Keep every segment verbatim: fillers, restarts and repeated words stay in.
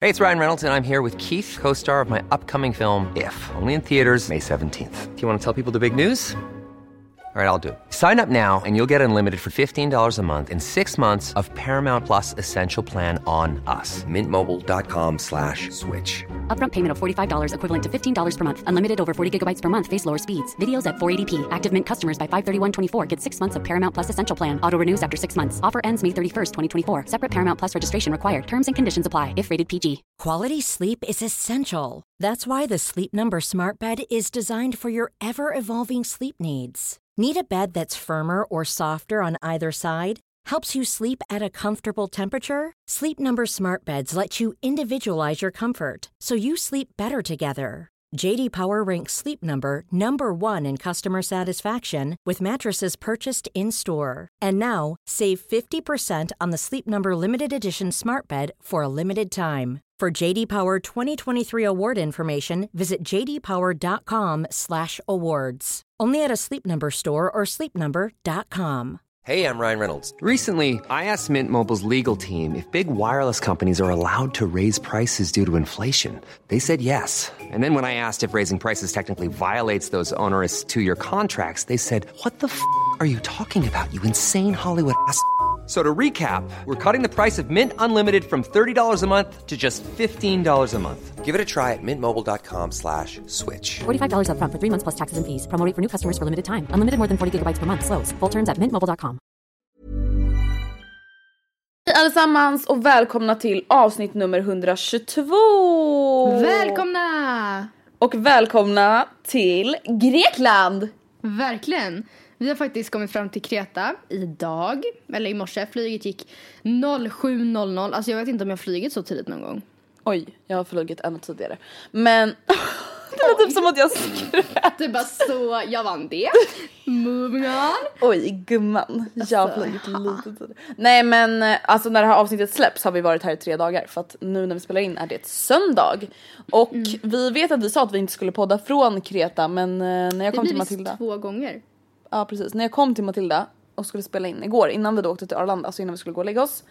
Hey, it's Ryan Reynolds, and I'm here with Keith, co-star of my upcoming film, If, only in theaters May seventeenth. Do you want to tell people the big news? All right, I'll do it. Sign up now and you'll get unlimited for fifteen dollars a month and six months of Paramount Plus Essential Plan on us. Mint Mobile dot com slash switch. Upfront payment of forty-five dollars equivalent to fifteen dollars per month. Unlimited over forty gigabytes per month. Face lower speeds. Videos at four eighty p. Active Mint customers by five thirty-one twenty-four get six months of Paramount Plus Essential Plan. Auto renews after six months. Offer ends May thirty-first, twenty twenty-four. Separate Paramount Plus registration required. Terms and conditions apply if rated P G. Quality sleep is essential. That's why the Sleep Number Smart Bed is designed for your ever-evolving sleep needs. Need a bed that's firmer or softer on either side? Helps you sleep at a comfortable temperature? Sleep Number Smart Beds let you individualize your comfort so you sleep better together. J D Power ranks Sleep Number number one in customer satisfaction with mattresses purchased in-store. And now, save fifty percent on the Sleep Number Limited Edition Smart Bed for a limited time. For J D Power twenty twenty-three award information, visit j d power dot com slash awards. Only at a Sleep Number store or sleep number dot com. Hey, I'm Ryan Reynolds. Recently, I asked Mint Mobile's legal team if big wireless companies are allowed to raise prices due to inflation. They said yes. And then when I asked if raising prices technically violates those onerous two-year contracts, they said, what the f*** are you talking about, you insane Hollywood ass f- So to recap, we're cutting the price of Mint Unlimited from thirty dollars a month to just fifteen dollars a month. Give it a try at mintmobile.com slash switch. forty-five dollars upfront for three months plus taxes and fees. Promo rate for new customers for limited time. Unlimited more than forty gigabytes per month. Slows full terms at mint mobile dot com. Hej allesammans och välkomna till avsnitt nummer etthundratjugotvå. Välkomna! Och välkomna till Grekland. Verkligen. Vi har faktiskt kommit fram till Kreta idag, eller i morse. Flyget gick sju noll noll. Alltså jag vet inte om jag har flugit så tidigt någon gång. Oj, jag har flugit ännu tidigare. Men det var typ som att jag skröt. Det är bara så, jag vann det. Moving on. Oj, gumman. Jag har flugit lite tidigare. Nej men, alltså när det här avsnittet släpps har vi varit här i tre dagar. För att nu när vi spelar in är det ett söndag. Och mm. vi vet att vi sa att vi inte skulle podda från Kreta. Men när jag kom till Matilda. Det blir två gånger. Ja, precis. När jag kom till Matilda och skulle spela in igår, innan vi då åkte till Arlanda, alltså innan vi skulle gå och lägga oss,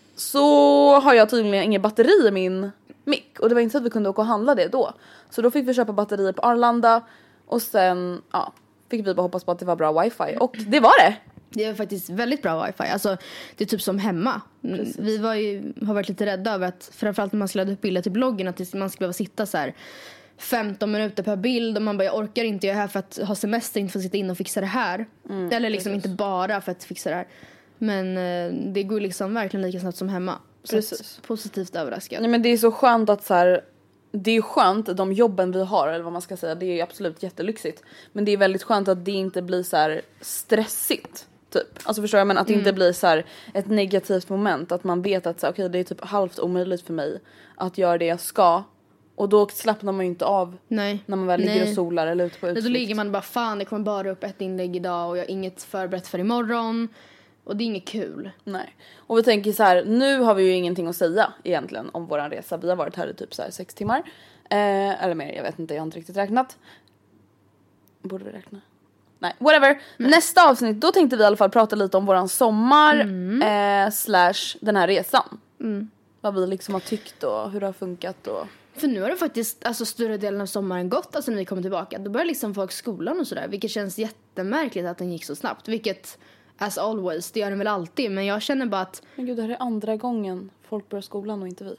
så har jag tydligen ingen batteri i min mick. Och det var inte så att vi kunde åka och handla det då. Så då fick vi köpa batterier på Arlanda. Och sen, ja, fick vi bara hoppas på att det var bra wifi. Och det var det! Det är faktiskt väldigt bra wifi. Alltså, det är typ som hemma. Precis. Vi var ju, har varit lite rädda över att, framförallt när man skulle lägga upp bilder till bloggen, att man skulle behöva sitta så här femton minuter per bild och man bara, jag orkar inte, jag är här för att ha semester, inte för att sitta in och fixa det här. Mm, eller liksom precis. Inte bara för att fixa det här. Men eh, det går liksom verkligen lika snabbt som hemma. Så precis. Positivt överraskad. Nej, men det är så skönt att så här, det är skönt de jobben vi har, eller vad man ska säga, det är absolut jättelyxigt. Men det är väldigt skönt att det inte blir så här stressigt. Typ. Alltså förstår jag, men att det mm. inte blir så här ett negativt moment, att man vet att så, okay, det är typ halvt omöjligt för mig att göra det jag ska. Och då slappnar man ju inte av. Nej. När man väl ligger Nej. och solar eller ute på utflykt. Då ligger man bara, fan det kommer bara upp ett inlägg idag och jag har inget förberett för imorgon. Och det är inget kul. Nej. Och vi tänker så här, nu har vi ju ingenting att säga egentligen om våran resa. Vi har varit här i typ så här sex timmar. Eh, eller mer, jag vet inte, jag har inte riktigt räknat. Borde vi räkna? Nej, whatever. Mm. Nästa avsnitt, då tänkte vi i alla fall prata lite om våran sommar. Mm. Eh, slash den här resan. Mm. Vad vi liksom har tyckt och hur det har funkat och... För nu har det faktiskt, alltså större delen av sommaren gått, alltså när vi kommer tillbaka. Då börjar liksom folk skolan och sådär, vilket känns jättemärkligt att den gick så snabbt. Vilket, as always, det gör den väl alltid. Men jag känner bara att... Men gud, det här är andra gången folk börjar skolan och inte vi.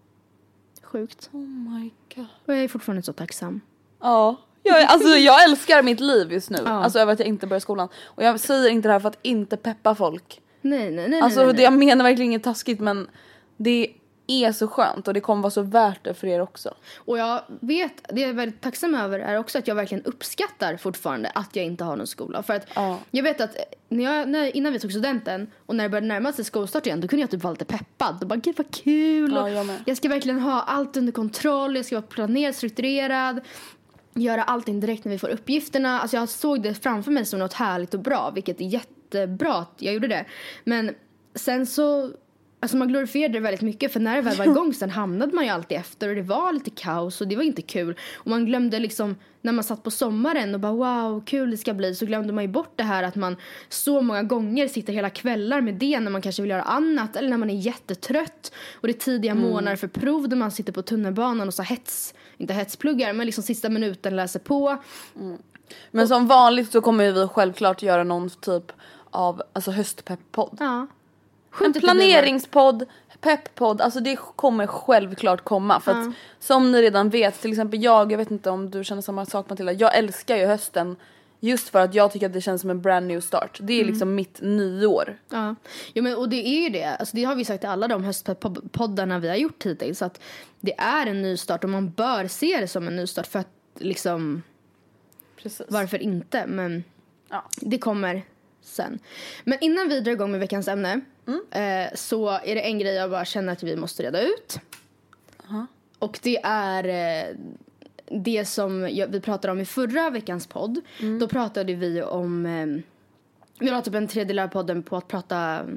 Sjukt. Oh my god. Och jag är fortfarande så tacksam. Ja, jag, alltså jag älskar mitt liv just nu. Ja. Alltså över att jag inte börjar skolan. Och jag säger inte det här för att inte peppa folk. Nej, nej, nej. Alltså nej, nej. Det, jag menar verkligen inget taskigt, men det är så skönt och det kommer vara så värt det för er också. Och jag vet, det jag är väldigt tacksam över är också att jag verkligen uppskattar fortfarande att jag inte har någon skola. För att ja. jag vet att när jag, när, innan vi tog studenten och när det började närma sig skolstart igen, då kunde jag typ vara lite peppad. Och bara, gud vad kul. Ja, jag, jag ska verkligen ha allt under kontroll, jag ska vara planerad, strukturerad, göra allting direkt när vi får uppgifterna. Alltså jag såg det framför mig som något härligt och bra, vilket är jättebra att jag gjorde det. Men sen så... Alltså man glorifierade det väldigt mycket, för när det väl var igång sen hamnade man ju alltid efter och det var lite kaos och det var inte kul. Och man glömde liksom, när man satt på sommaren och bara wow, kul det ska bli, så glömde man ju bort det här att man så många gånger sitter hela kvällar med det när man kanske vill göra annat eller när man är jättetrött och det är tidiga mm. månader för prov där man sitter på tunnelbanan och så hets, inte hetspluggar men liksom sista minuten läser på. Mm. Men och, som vanligt så kommer vi självklart göra någon typ av alltså höstpepp-podd. Ja. En planeringspodd, pepp-podd, alltså det kommer självklart komma. För ja. att som ni redan vet, till exempel jag, jag vet inte om du känner samma sak Matilda, jag älskar ju hösten just för att jag tycker att det känns som en brand new start. Det är mm. liksom mitt nyår. Ja, jo, men, och det är ju det, alltså det har vi sagt i alla de höstpoddarna vi har gjort hittills, så att det är en ny start och man bör se det som en ny start för att liksom, precis. Varför inte, men ja. Det kommer sen. Men innan vi drar igång med veckans ämne mm. eh, så är det en grej jag bara känner att vi måste reda ut. Uh-huh. Och det är eh, det som jag, vi pratade om i förra veckans podd. Mm. Då pratade vi om eh, vi la typ en tredjedel av podden på att prata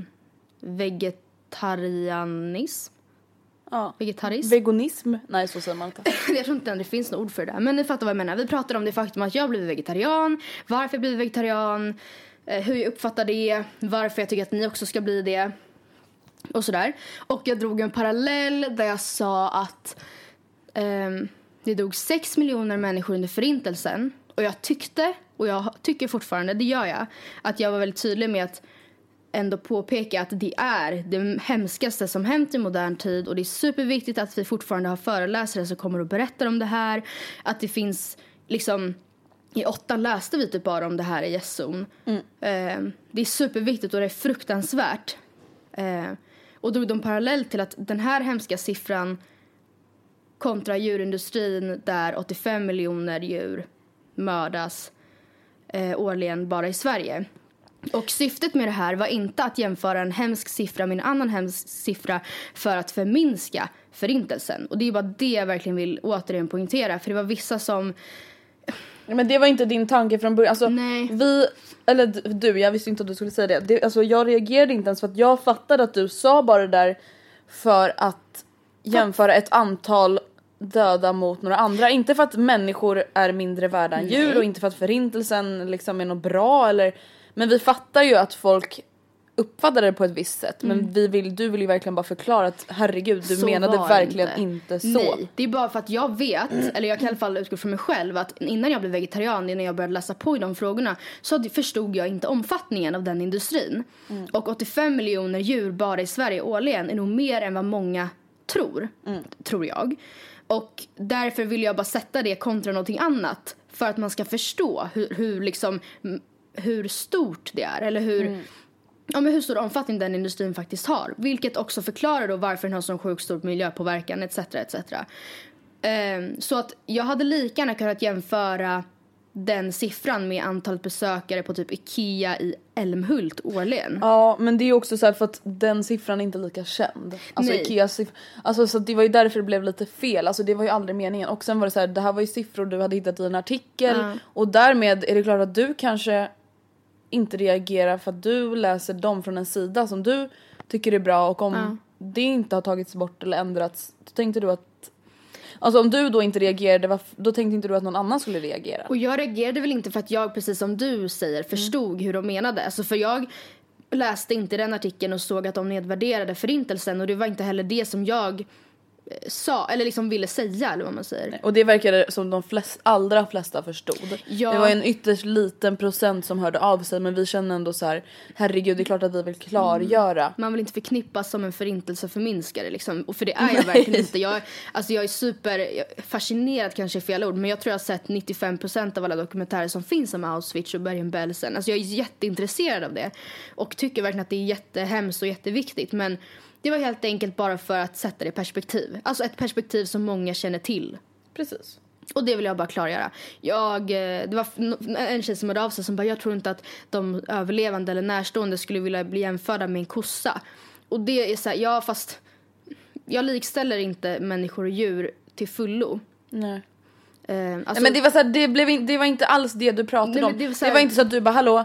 vegetarianism. Ja. Vegetarism. Veganism. Nej, så säger man inte. Jag tror inte att det finns något ord för det. Men ni fattar vad jag menar. Vi pratade om det faktum att jag blev vegetarian. Varför jag blev vegetarian. Hur jag uppfattar det. Varför jag tycker att ni också ska bli det. Och sådär. Och jag drog en parallell där jag sa att um, det dog sex miljoner människor under förintelsen. Och jag tyckte, och jag tycker fortfarande, det gör jag, att jag var väldigt tydlig med att ändå påpeka att det är det hemskaste som hänt i modern tid. Och det är superviktigt att vi fortfarande har föreläsare som kommer och berättar om det här. Att det finns liksom, i åttan läste vi typ bara om det här i Gässon. Mm. Eh, det är superviktigt och det är fruktansvärt. Eh, och drog de parallell till att den här hemska siffran kontra djurindustrin där åttiofem miljoner djur mördas eh, årligen bara i Sverige. Och syftet med det här var inte att jämföra en hemsk siffra med en annan hemsk siffra för att förminska förintelsen. Och det är bara det jag verkligen vill återigen poängtera. För det var vissa som... Men det var inte din tanke från början. Alltså, nej. Vi, eller du, jag visste inte att du skulle säga det. det alltså, jag reagerade inte ens för att jag fattade att du sa bara det där för att jämföra ett antal döda mot några andra. Inte för att människor är mindre värda än djur och inte för att förintelsen liksom är något bra eller... Men vi fattar ju att folk uppfattade det på ett visst sätt. Men mm. vi vill, du vill ju verkligen bara förklara att herregud, du så menade verkligen inte. inte så. Nej, det är bara för att jag vet, eller jag kan i alla fall utgå från mig själv, att innan jag blev vegetarian, innan jag började läsa på i de frågorna, så förstod jag inte omfattningen av den industrin. Mm. Och åttiofem miljoner djur bara i Sverige årligen är nog mer än vad många tror, mm. tror jag. Och därför vill jag bara sätta det kontra någonting annat. För att man ska förstå hur, hur liksom... hur stort det är eller hur, mm. ja, men hur stor omfattning den industrin faktiskt har. Vilket också förklarar då varför den har sån sjukt stor miljöpåverkan et cetera et cetera. Um, så att jag hade lika gärna kunnat jämföra den siffran med antalet besökare på typ Ikea i Älmhult årligen. Ja, men det är ju också så här för att den siffran är inte lika känd. Alltså Nej. Ikea siff- alltså så det var ju därför det blev lite fel. Alltså det var ju aldrig meningen. Och sen var det så här, det här var ju siffror du hade hittat i en artikel uh. och därmed är det klart att du kanske inte reagerar för att du läser dem från en sida som du tycker är bra och om uh. det inte har tagits bort eller ändrats, då tänkte du att alltså om du då inte reagerade, då tänkte inte du att någon annan skulle reagera. Och jag reagerade väl inte för att jag, precis som du säger, förstod mm. hur de menade. Alltså för jag läste inte den artikeln och såg att de nedvärderade förintelsen. Och det var inte heller det som jag sa, eller liksom ville säga, eller vad man säger. Och det verkade som de flest, allra flesta förstod. Ja. Det var en ytterst liten procent som hörde av sig, men vi känner ändå så här, herregud, det är klart att vi vill klargöra. Mm. Man vill inte förknippas som en förintelseförminskare liksom. Och för det är jag verkligen inte. Jag, alltså jag är super fascinerad, kanske är fel ord, men jag tror jag har sett nittiofem procent av alla dokumentärer som finns om Auschwitz och Bergen-Belsen. Alltså jag är jätteintresserad av det och tycker verkligen att det är jättehemskt och jätteviktigt, men det var helt enkelt bara för att sätta det i perspektiv. Alltså ett perspektiv som många känner till. Precis. Och det vill jag bara klargöra. Jag, det var en tjej som hörde av sig som bara, jag tror inte att de överlevande eller närstående skulle vilja bli jämförda med en kossa. Och det är så här, ja fast jag likställer inte människor och djur till fullo. Nej. Eh, alltså, Nej men det var så här, det, blev in, det var inte alls det du pratade nej, om. Det var, så här, det var inte så att du bara, hallå,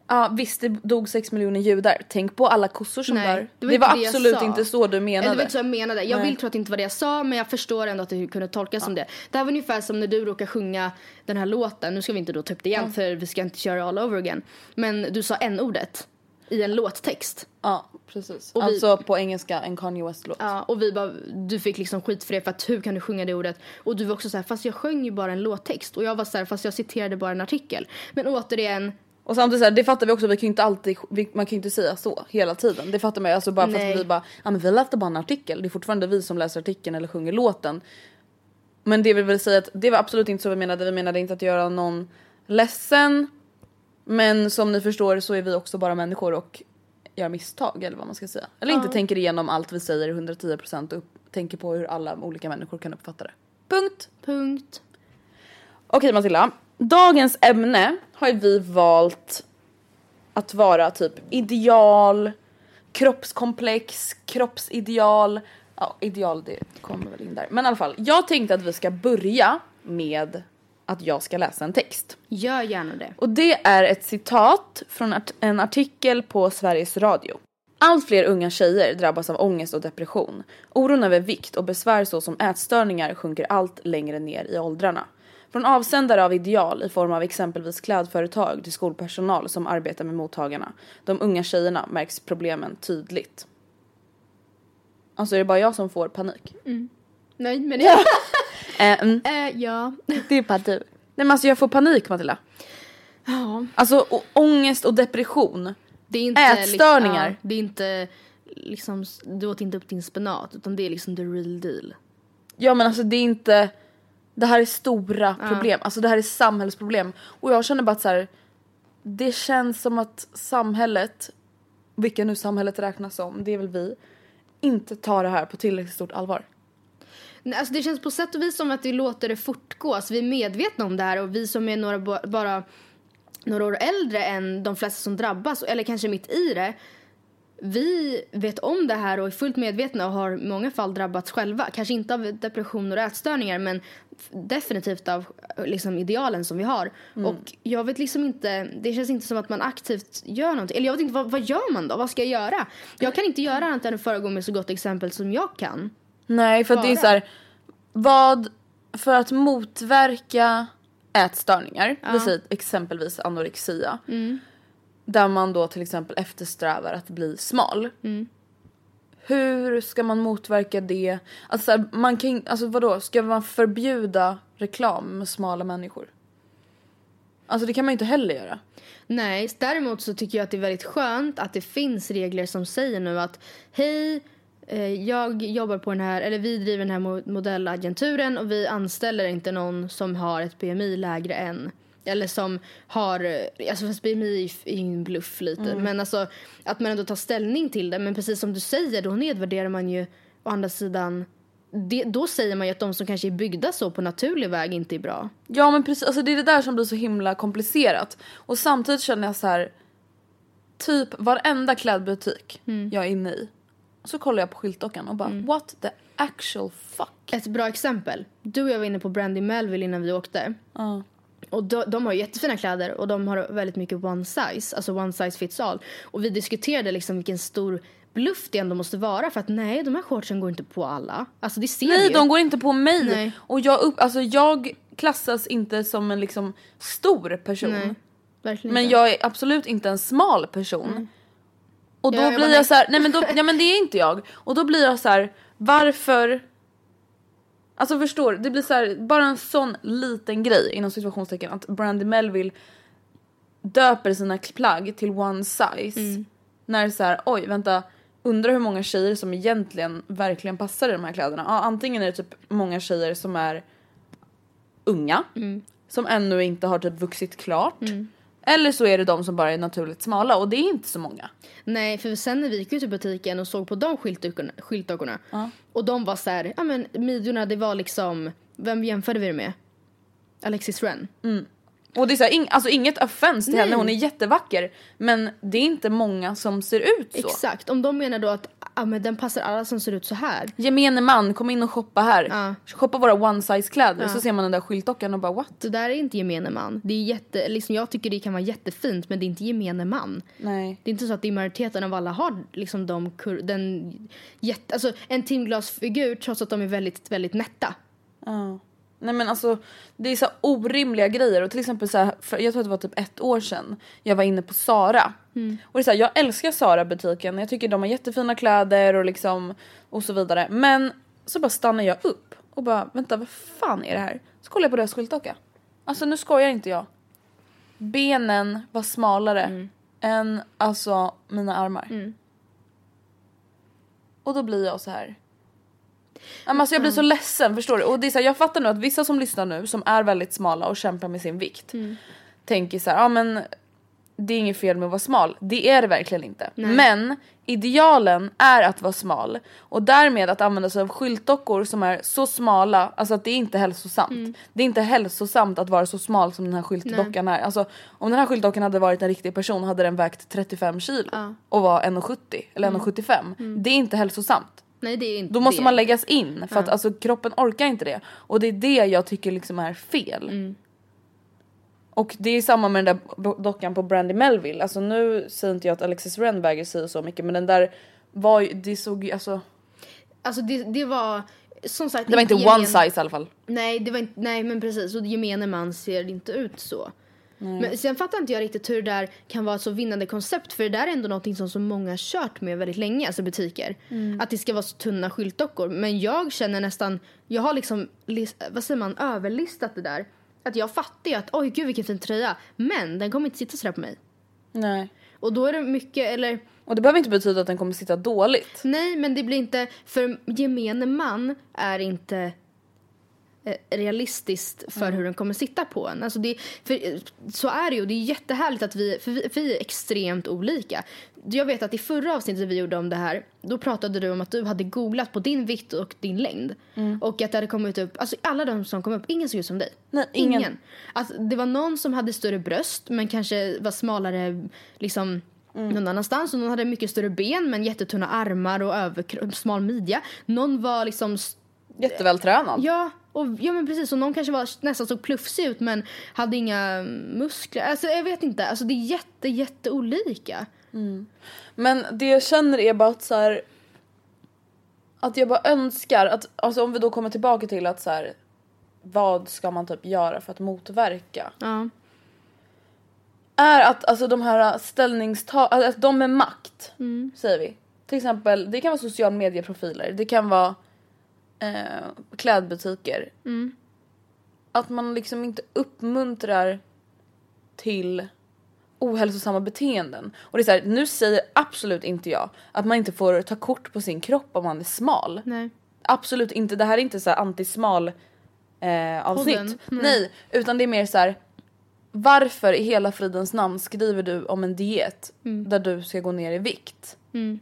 Ja visst, det dog sex miljoner judar. Tänk på alla kossor som Nej, där. det var Det var inte det jag absolut sa. inte så du menade. Eller det var inte så jag menade. Jag Nej. vill tro att det inte var det jag sa, men jag förstår ändå att det kunde tolkas som det. Det här var ungefär som när du råkar sjunga den här låten. Nu ska vi inte då ta upp det igen, för vi ska inte köra all over again. Men du sa n-ordet i en låttext. Ja, precis. Och vi- Alltså på engelska, en Kanye West-låt. Ja, och vi bara, du fick liksom skit för det, för att hur kan du sjunga det ordet? Och du var också så här, fast jag sjöng ju bara en låttext. Och jag var så här, fast jag citerade bara en artikel. Men återigen, Och samtidigt så här, det fattar vi också, vi kan ju inte alltid, vi, man kan ju inte säga så hela tiden. Det fattar man ju, alltså bara för Nej. att vi bara, ja men vi läste bara en artikel. Det är fortfarande vi som läser artikeln eller sjunger låten. Men det vill väl säga att det var absolut inte så vi menade. Vi menade inte att göra någon ledsen. Men som ni förstår så är vi också bara människor och gör misstag eller vad man ska säga. Eller inte tänker igenom allt vi säger i hundratio procent och upp, tänker på hur alla olika människor kan uppfatta det. Punkt. punkt. Okej Matilda, dagens ämne har ju vi valt att vara typ ideal, kroppskomplex, kroppsideal. Ja, ideal det kommer väl in där. Men i alla fall, jag tänkte att vi ska börja med att jag ska läsa en text. Gör gärna det. Och det är ett citat från art- en artikel på Sveriges Radio. Allt fler unga tjejer drabbas av ångest och depression. Oron över vikt och besvär såsom ätstörningar sjunker allt längre ner i åldrarna. Från avsändare av ideal i form av exempelvis klädföretag till skolpersonal som arbetar med mottagarna. De unga tjejerna märks problemen tydligt. Alltså är det bara jag som får panik? Nej, men det... Eh, mm, äh, ja. det är bara du. Nej men alltså jag får panik Matilda. Ja. Alltså å- ångest och depression. Det är inte Ätstörningar. Liksom, ja, det är inte liksom, du åt inte upp din spenat, utan det är liksom the real deal. Ja men alltså det är inte, det här är stora problem, alltså det här är samhällsproblem. Och jag känner bara att så här, det känns som att samhället, vilka nu samhället räknas som, det är väl vi, inte tar det här på tillräckligt stort allvar. Nej, alltså det känns på sätt och vis som att vi låter det fortgå. Alltså vi är medvetna om det här, och vi som är några, bara några år äldre än de flesta som drabbas, eller kanske mitt i det, vi vet om det här och är fullt medvetna och har i många fall drabbats själva. Kanske inte av depressioner och ätstörningar, men definitivt av liksom idealen som vi har. Mm. Och jag vet liksom inte, det känns inte som att man aktivt gör någonting. Eller jag vet inte, vad, vad gör man då? Vad ska jag göra? Jag kan inte göra annat än att föregå med så gott exempel som jag kan. Nej, för att det är så här, vad, för att motverka ätstörningar, Ja. vi säger exempelvis anorexia. Mm. Där man då till exempel eftersträvar att bli smal. Mm. Hur ska man motverka det? Alltså, så här, man kan, alltså vadå? Ska man förbjuda reklam med smala människor? Alltså det kan man ju inte heller göra. Nej, däremot så tycker jag att det är väldigt skönt att det finns regler som säger nu att hej, eh, jag jobbar på den här, eller vi driver den här mo- modellagenturen och vi anställer inte någon som har ett B M I lägre än, eller som har, alltså fast B M I är en bluff lite, mm. men alltså att man ändå tar ställning till det. Men precis som du säger, då nedvärderar man ju å andra sidan, det, då säger man ju att de som kanske är byggda så på naturlig väg inte är bra. Ja men precis, alltså det är det där som blir så himla komplicerat. Och samtidigt känner jag så här, typ varenda klädbutik mm. jag är inne i, så kollar jag på skyltdockan och bara mm. what the actual fuck. Ett bra exempel, du och jag var inne på Brandy Melville innan vi åkte. uh. Och de, de har jättefina kläder och de har väldigt mycket one size, alltså one size fits all. Och vi diskuterade liksom vilken stor bluff det ändå måste vara, för att nej, de här shortsen går inte på alla. Alltså det ser Nej, ju. de går inte på mig. Nej. Och jag, upp, alltså, jag klassas inte som en liksom stor person. Nej, verkligen men inte. jag är absolut inte en smal person. Mm. Och då Ja, jag blir bara, jag så här, nej men då, ja men det är inte jag. Och då blir jag så här, varför? Alltså förstår, det blir så här, bara en sån liten grej inom situationstecken att Brandy Melville döper sina plagg till one size. Mm. När det är så här, oj vänta, undrar hur många tjejer som egentligen verkligen passar i de här kläderna. Ja, antingen är det typ många tjejer som är unga, mm. som ännu inte har typ vuxit klart. Mm. Eller så är det de som bara är naturligt smala, och det är inte så många. Nej, för sen när vi gick ut i butiken och såg på de skyltdockorna, skyltdockorna uh. och de var så här, ja men midjorna, det var liksom, vem jämförde vi det med? Alexis Ren. Mm. Och det är så här, ing, alltså inget offense till Nej. henne, hon är jättevacker. Men det är inte många som ser ut så. Exakt, om de menar då att ah, men den passar alla som ser ut så här. Gemene man, kom in och shoppa här. Ja. Shoppa våra one size kläder. Så ser man den där skyltdockan och bara what? Det där är inte gemene man. Det är jätte, liksom, jag tycker det kan vara jättefint, men det är inte gemene man. Nej. Det är inte så att det är majoriteten av alla har liksom de kur- den jätte, alltså en timglasfigur trots att de är väldigt, väldigt nätta. Ja. Nej men alltså det är så orimliga grejer. Och till exempel så här, för jag tror att det var typ ett år sedan jag var inne på Zara. Mm. Och det är så här, jag älskar Zara-butiken. Jag tycker de har jättefina kläder och liksom och så vidare. Men så bara stannar jag upp och bara, vänta, vad fan är det här? Så kollar jag på deras skyltdocka. Alltså nu skojar inte jag. Benen var smalare mm. än alltså mina armar. Mm. Och då blir jag så här. Alltså jag blir så ledsen, förstår du? Och det är så här, jag fattar nu att vissa som lyssnar nu, som är väldigt smala och kämpar med sin vikt, mm. tänker så här, ja men det är inget fel med att vara smal. Det är det verkligen inte. Nej. Men idealen är att vara smal. Och därmed att använda sig av skyltdockor som är så smala, alltså att det är inte hälsosamt. Mm. Det är inte hälsosamt att vara så smal som den här skyltdockan är. Alltså om den här skyltdockan hade varit en riktig person hade den vägt trettiofem kilo ja. Och var en komma sjuttio eller mm. en komma sjuttiofem. Mm. Det är inte hälsosamt. Nej, det är inte. Då måste det. man läggas in för ja. att alltså, kroppen orkar inte det. Och det är det jag tycker liksom är fel. Mm. Och det är samma med den där dockan på Brandy Melville. Alltså nu säger inte jag att Alexis Ren väger sig så mycket, men den där var ju, det såg ju alltså Alltså det, det var som sagt, det var inte gemen... one size i alla fall. Nej, det var inte, nej men precis, och gemene man ser inte ut så. Nej. Men sen fattar inte jag riktigt hur det där kan vara ett så vinnande koncept, för det där är ändå någonting som så många har kört med väldigt länge, alltså butiker. Mm. Att det ska vara så tunna skyltdockor. Men jag känner nästan, jag har liksom, vad säger man, överlistat det där. Att jag fattar ju att, oj gud vilken fin tröja, men den kommer inte sitta sådär på mig. Nej. Och då är det mycket, eller... Och det behöver inte betyda att den kommer sitta dåligt. Nej, men det blir inte, för gemene man är inte realistiskt för mm. hur den kommer sitta på en. Alltså det, för, så är det ju. Det är jättehärligt att vi, för vi, för vi är extremt olika. Jag vet att i förra avsnittet vi gjorde om det här, då pratade du om att du hade googlat på din vikt och din längd. Mm. Och att det hade kommit upp, alltså alla de som kom upp, ingen såg ut som dig. Nej, ingen. ingen. Att det var någon som hade större bröst men kanske var smalare liksom mm. någon annanstans. Och någon hade mycket större ben men jättetunna armar och över, smal midja. Någon var liksom jättevältränad. Ja, och, ja men precis, och någon kanske var nästan så plufsig ut men hade inga muskler. Alltså jag vet inte, alltså det är jätte, jätte olika. Mm. Men det jag känner är bara att så här, att jag bara önskar att, alltså om vi då kommer tillbaka till att så här, vad ska man typ göra för att motverka? Ja. Är att alltså de här ställningstag, att de med makt, mm. säger vi. Till exempel, det kan vara social medieprofiler, det kan vara Eh, klädbutiker. Mm. Att man liksom inte uppmuntrar till ohälsosamma beteenden. Och det är så här, nu säger absolut inte jag att man inte får ta kort på sin kropp om man är smal. Nej. Absolut inte. Det här är inte så här antismal eh, avsnitt. Mm. Nej, utan det är mer så här, varför i hela fridens namn skriver du om en diet mm. där du ska gå ner i vikt? Mm.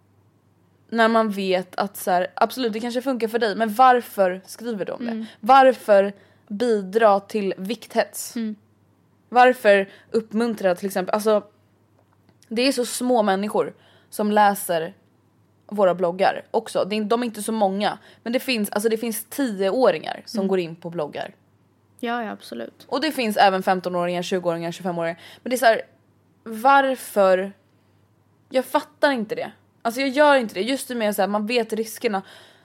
När man vet att så här, absolut det kanske funkar för dig, men varför skriver du om det? Mm. Varför bidra till vikthets? Mm. Varför uppmuntra till exempel, alltså det är så små människor som läser våra bloggar också. Det är, de är inte så många, men det finns, alltså det finns tioåringar som mm. går in på bloggar. Ja, ja, absolut. Och det finns även femtonåringar, tjugoåringar, tjugofemåringar. Men det är så här, varför? Jag fattar inte det. Alltså jag gör inte det. Just det med så här, man vet riskerna.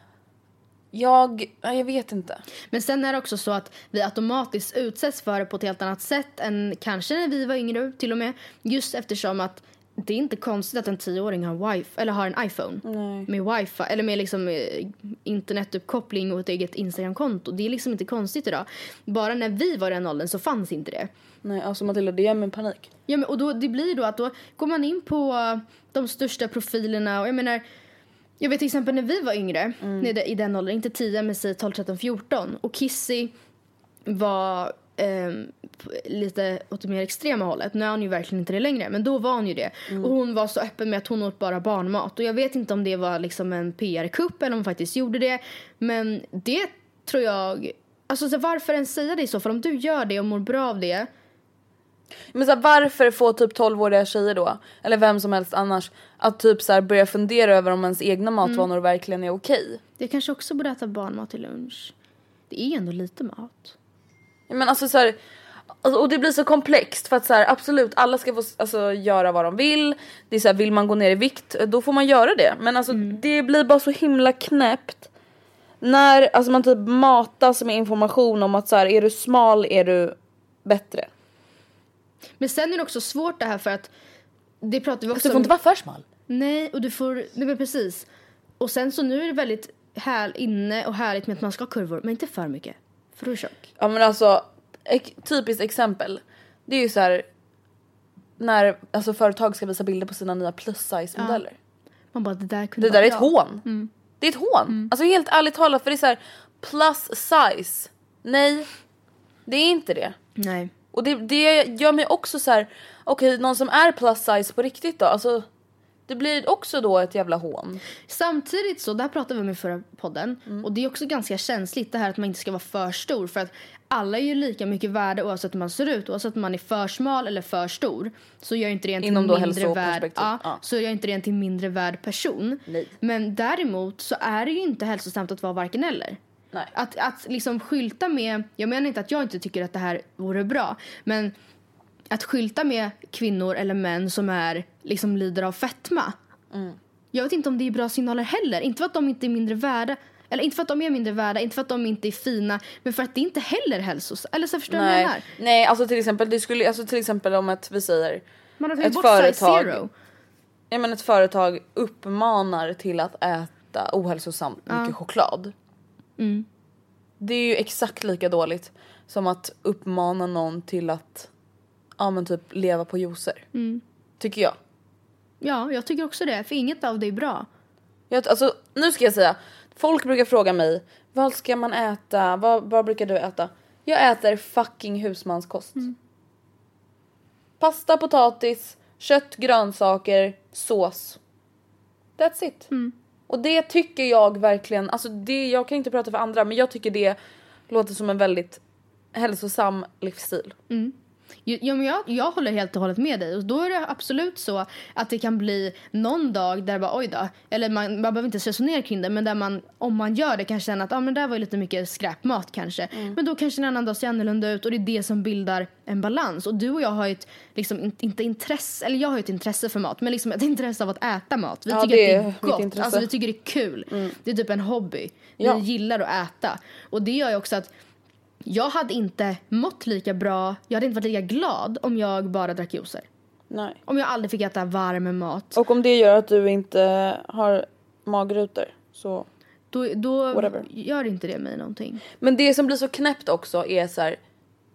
Jag, jag vet inte. Men sen är det också så att vi automatiskt utsätts för det på ett helt annat sätt än kanske när vi var yngre till och med. Just eftersom att det är inte konstigt att en tioåring har wifi eller har en iPhone. Nej. Med wifi eller med liksom eh, internetuppkoppling och ett eget Instagram-konto. Det är liksom inte konstigt idag. Bara när vi var i den åldern så fanns inte det. Nej, alltså Matilda, det gör mig en panik. Ja, men och då, det blir då att då går man in på de största profilerna. Och jag menar, jag vet till exempel när vi var yngre, mm. i den åldern, inte tio men säg tolv, tretton, fjorton. Och Kissy var eh, lite åt det mer extrema hållet. Nu är hon ju verkligen inte det längre, men då var hon ju det. Mm. Och hon var så öppen med att hon åt bara barnmat. Och jag vet inte om det var liksom en P R-kupp eller om hon faktiskt gjorde det. Men det tror jag, alltså så varför ens säga det i så fall? Om du gör det och mår bra av det, Men så här, varför får typ tolvåriga tjejer då, eller vem som helst annars, att typ så här börja fundera över om ens egna matvanor mm. verkligen är okej? Det kanske också borde äta barnmat till lunch. Det är ändå lite mat. Men alltså så här, och det blir så komplext för att så här, absolut alla ska få alltså, göra vad de vill. Det är så här, vill man gå ner i vikt då får man göra det. Men alltså mm. det blir bara så himla knäppt när alltså, man typ matas med information om att så här, är du smal är du bättre. Men sen är det också svårt det här för att det pratar vi också alltså, du får om. inte vara för smal. Nej, och du får, nej men precis. Och sen så nu är det väldigt här inne och härligt med att man ska ha kurvor, men inte för mycket. För då är tjock. Ja men alltså, ett typiskt exempel. Det är ju så här när alltså, företag ska visa bilder på sina nya plus size modeller. Ja. Man bara, det där kunde Det där är ett jag. hån. Mm. Det är ett hån. Mm. Alltså helt ärligt talat, för det är så här plus size. Nej, det är inte det. Nej. Och det, det gör mig också så här, okej, okay, någon som är plus size på riktigt då, alltså det blir också då ett jävla hån. Samtidigt så, där pratade vi om i förra podden. Mm. Och det är också ganska känsligt det här att man inte ska vara för stor. För att alla är ju lika mycket värde oavsett hur man ser ut. Oavsett om man är för smal eller för stor. Så gör inte det en till Inom mindre värd. Ja, ja. Så gör inte det en till mindre värd person. Nej. Men däremot så är det ju inte hälsosamt att vara varken eller. Nej. Att, att liksom skylta med, jag menar inte att jag inte tycker att det här vore bra. Men att skylta med kvinnor eller män som är liksom lider av fetma. Mm. Jag vet inte om det är bra signaler heller. Inte för att de inte är mindre värda. Eller inte för att de är mindre värda. Inte för att de inte är fina. Men för att det inte heller är hälsos. Eller så förstår Nej. jag vad jag menar. Nej, alltså till exempel det skulle, alltså till exempel om ett, vi säger man har ett bort företag. Zero. Ja, men ett företag uppmanar till att äta ohälsosamt ja. mycket choklad. Mm. Det är ju exakt lika dåligt som att uppmana någon till att ja men typ leva på juicer. Mm. Tycker jag. Ja, jag tycker också det. För inget av det är bra. Jag, alltså, nu ska jag säga. Folk brukar fråga mig. Vad ska man äta? Vad, vad brukar du äta? Jag äter fucking husmanskost. Mm. Pasta, potatis, kött, grönsaker, sås. That's it. Mm. Och det tycker jag verkligen. Alltså det, jag kan inte prata för andra. Men jag tycker det låter som en väldigt hälsosam livsstil. Mm. Ja, men jag, jag håller helt och hållet med dig. Och då är det absolut så att det kan bli någon dag där bara oj då. Eller man, man behöver inte resonera kring det. Men där man, om man gör det kan känna att ah, men där var ju lite mycket skräpmat kanske. Mm. Men då kanske en annan dag ser annorlunda ut. Och det är det som bildar en balans. Och du och jag har ju ett, liksom, inte intresse. Eller jag har ju ett intresse för mat. Men liksom ett intresse av att äta mat. Vi ja, tycker det att det är gott. Intresse. Alltså vi tycker det är kul. Mm. Det är typ en hobby. Vi ja. gillar att äta. Och det gör ju också att jag hade inte mått lika bra. Jag hade inte varit lika glad om jag bara drack juicer. Nej. Om jag aldrig fick äta varm mat. Och om det gör att du inte har magrutor så Då, då whatever. Gör inte det mig någonting. Men det som blir så knäppt också är så här.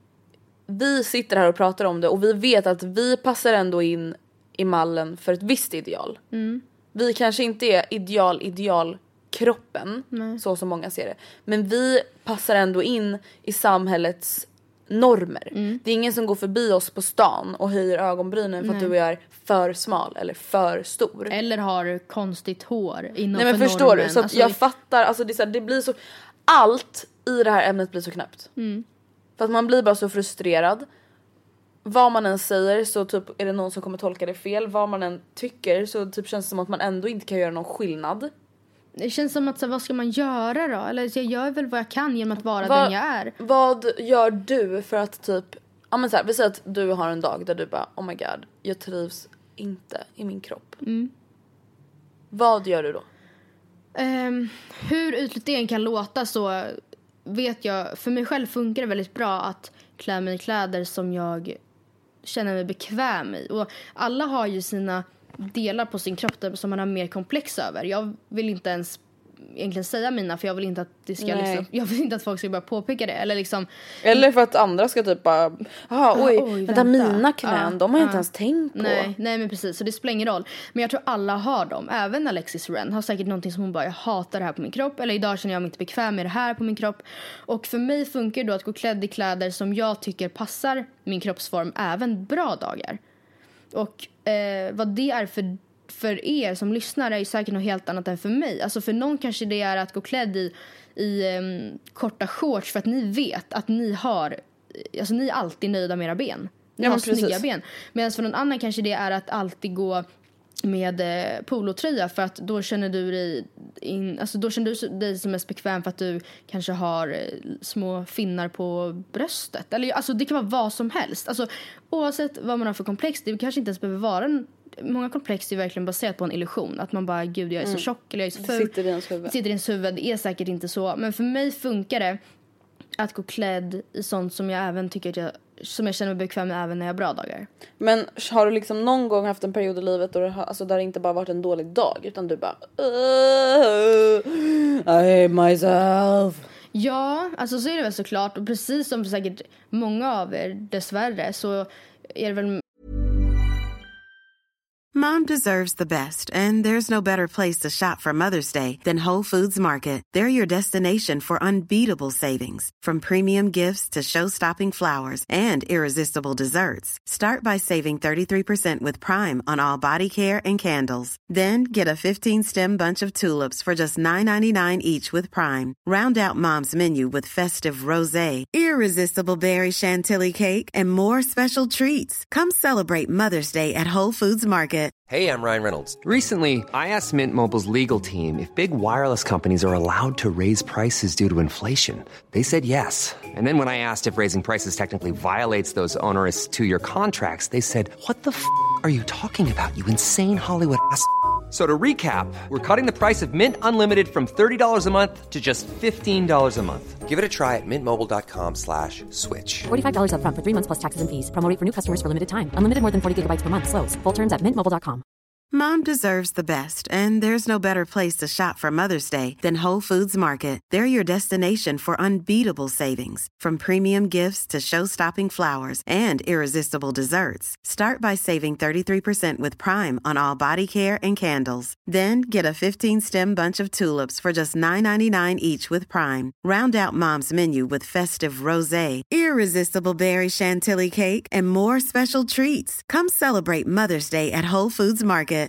Vi sitter här och pratar om det. Och vi vet att vi passar ändå in i mallen för ett visst ideal. Mm. Vi kanske inte är ideal, ideal kroppen. Nej. Så som många ser det. Men vi passar ändå in i samhällets normer. Mm. Det är ingen som går förbi oss på stan och höjer ögonbrynen för Nej. att du är för smal eller för stor. Eller har konstigt hår innanför Nej men förstår normen. du? Så alltså, jag fattar, alltså det, är så här, det blir så, allt i det här ämnet blir så knäppt. Mm. För att man blir bara så frustrerad. Vad man än säger så typ är det någon som kommer tolka det fel. Vad man än tycker så typ känns det som att man ändå inte kan göra någon skillnad. Det känns som att så, vad ska man göra då? Eller jag gör väl vad jag kan genom att vara Va, den jag är. Vad gör du för att typ, ja men så här, vi säger att du har en dag där du bara oh my god, jag trivs inte i min kropp. Mm. Vad gör du då? Um, hur ytligt det än kan låta så vet jag, för mig själv funkar det väldigt bra att klä mig i kläder som jag känner mig bekväm i. Och alla har ju sina delar på sin kropp som man har mer komplex över. Jag vill inte ens egentligen säga mina, för jag vill inte att det ska liksom, jag vill inte att folk ska bara påpeka det eller liksom eller för att andra ska typ bara ah, oj, oj vänta, mina knän, ah, de har jag ah, inte ens tänkt på. Nej, nej men precis, så det spelar ingen roll. Men jag tror alla har dem. Även Alexis Ren har säkert någonting som hon bara, jag hatar det här på min kropp, eller idag känner jag mig inte bekväm med det här på min kropp. Och för mig funkar det då att gå klädd i kläder som jag tycker passar min kroppsform även bra dagar. Och eh, vad det är för för er som lyssnar är ju säkert något helt annat än för mig. Alltså för någon kanske det är att gå klädd i, i um, korta shorts för att ni vet att ni har, alltså ni är alltid nöjda med era ben. Jag har snygga ben. Medan för någon annan kanske det är att alltid gå med eh, polotröja, för att då känner du dig in, alltså då känner du dig som mest bekväm för att du kanske har eh, små finnar på bröstet. Eller alltså det kan vara vad som helst. Alltså oavsett vad man har för komplex, det kanske inte ens behöver vara en, många komplex är verkligen baserat på en illusion. Att man bara, gud jag är så mm. tjock eller jag är så ful. Det sitter i ens huvud. Det sitter i ens huvud, det är säkert inte så. Men för mig funkar det att gå klädd i sånt som jag även tycker att jag, som jag känner mig bekväm med även när jag har bra dagar. Men har du liksom någon gång haft en period i livet då det, har, alltså där det inte bara varit en dålig dag, utan du bara I hate myself? Ja, alltså så är det väl såklart. Och precis som säkert många av er dessvärre, så är det väl. Mom deserves the best, and there's no better place to shop for Mother's Day than Whole Foods Market. They're your destination for unbeatable savings, from premium gifts to show-stopping flowers and irresistible desserts. Start by saving thirty-three percent with Prime on all body care and candles. Then get a fifteen-stem bunch of tulips for just nine ninety-nine each with Prime. Round out Mom's menu with festive rosé, irresistible berry chantilly cake, and more special treats. Come celebrate Mother's Day at Whole Foods Market. Hey, I'm Ryan Reynolds. Recently, I asked Mint Mobile's legal team if big wireless companies are allowed to raise prices due to inflation. They said yes. And then when I asked if raising prices technically violates those onerous two-year contracts, they said, what the f*** are you talking about, you insane Hollywood ass f- So to recap, we're cutting the price of Mint Unlimited from thirty dollars a month to just fifteen dollars a month. Give it a try at mintmobile.com slash switch. forty-five dollars up front for three months plus taxes and fees. Promo rate for new customers for limited time. Unlimited more than forty gigabytes per month. Slows full terms at mint mobile dot com. Mom deserves the best, and there's no better place to shop for Mother's Day than Whole Foods Market. They're your destination for unbeatable savings, from premium gifts to show-stopping flowers and irresistible desserts. Start by saving thirty-three percent with Prime on all body care and candles. Then get a fifteen-stem bunch of tulips for just nine ninety-nine each with Prime. Round out Mom's menu with festive rosé, irresistible berry chantilly cake, and more special treats. Come celebrate Mother's Day at Whole Foods Market.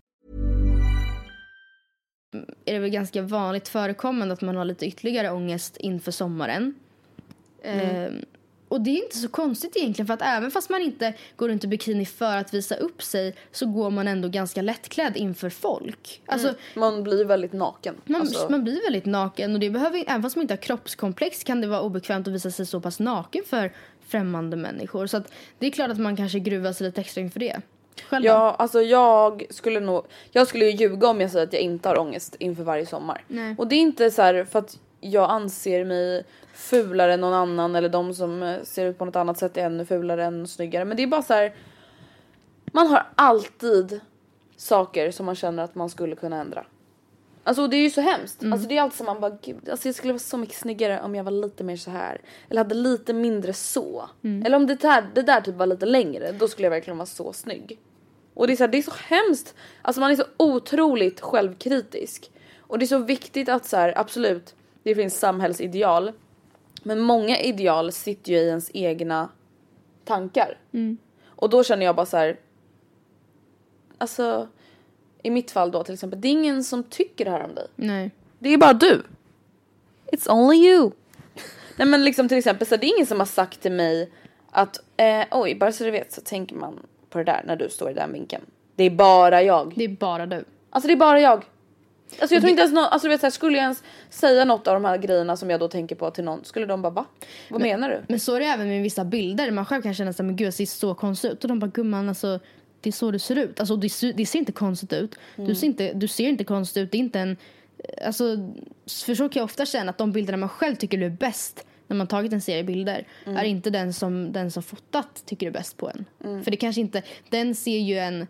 Är det väl ganska vanligt förekommande att man har lite ytterligare ångest inför sommaren. Mm. Eh, och det är inte så konstigt egentligen, för att även fast man inte går runt i bikini för att visa upp sig, så går man ändå ganska lättklädd inför folk. Alltså, mm. Man blir väldigt naken. Man, alltså. man blir väldigt naken, och det behöver, även fast man inte har kroppskomplex, kan det vara obekvämt att visa sig så pass naken för främmande människor. Så att det är klart att man kanske gruvar sig lite extra inför det. Själv ja, alltså jag skulle nog jag skulle ju ljuga om jag säger att jag inte har ångest inför varje sommar. Nej. Och det är inte så här för att jag anser mig fulare än någon annan, eller de som ser ut på något annat sätt är ännu fulare än snyggare, men det är bara så här, man har alltid saker som man känner att man skulle kunna ändra. Alltså det är ju så hemskt. Mm. Alltså det är alltid som man bara, gud, alltså jag skulle vara så mycket snyggare om jag var lite mer så här, eller hade lite mindre så. Mm. Eller om det där, det där typ var lite längre, då skulle jag verkligen vara så snygg. Och det är så här, det är så hemskt. Alltså man är så otroligt självkritisk. Och det är så viktigt att så här, absolut, det finns samhällsideal, men många ideal sitter ju i ens egna tankar. Mm. Och då känner jag bara så här, alltså i mitt fall då till exempel, det är ingen som tycker det här om dig. Nej. Det är bara du. It's only you. Nej men liksom till exempel så det är ingen som har sagt till mig att eh, oj, bara så du vet så tänker man på det där när du står i den vinkeln. Det är bara jag. Det är bara du. Alltså det är bara jag. Alltså jag tror inte ens någon, alltså du vet så här, skulle jag ens säga något av de här grejerna som jag då tänker på till någon, skulle de bara, va? Vad men, menar du? Men så är det även med vissa bilder. Man själv kan känna sig, men gud jag ser så konstigt ut. Och de bara, gumman alltså, det är så du ser ut. Alltså det, det ser inte konstigt ut. Mm. Du, ser inte, du ser inte konstigt ut. Det är inte en, alltså för så kan jag ofta känna att de bilderna man själv tycker är bäst när man tagit en serie bilder mm. är inte den som, den som fotat tycker är bäst på en. Mm. För det kanske inte, den ser ju en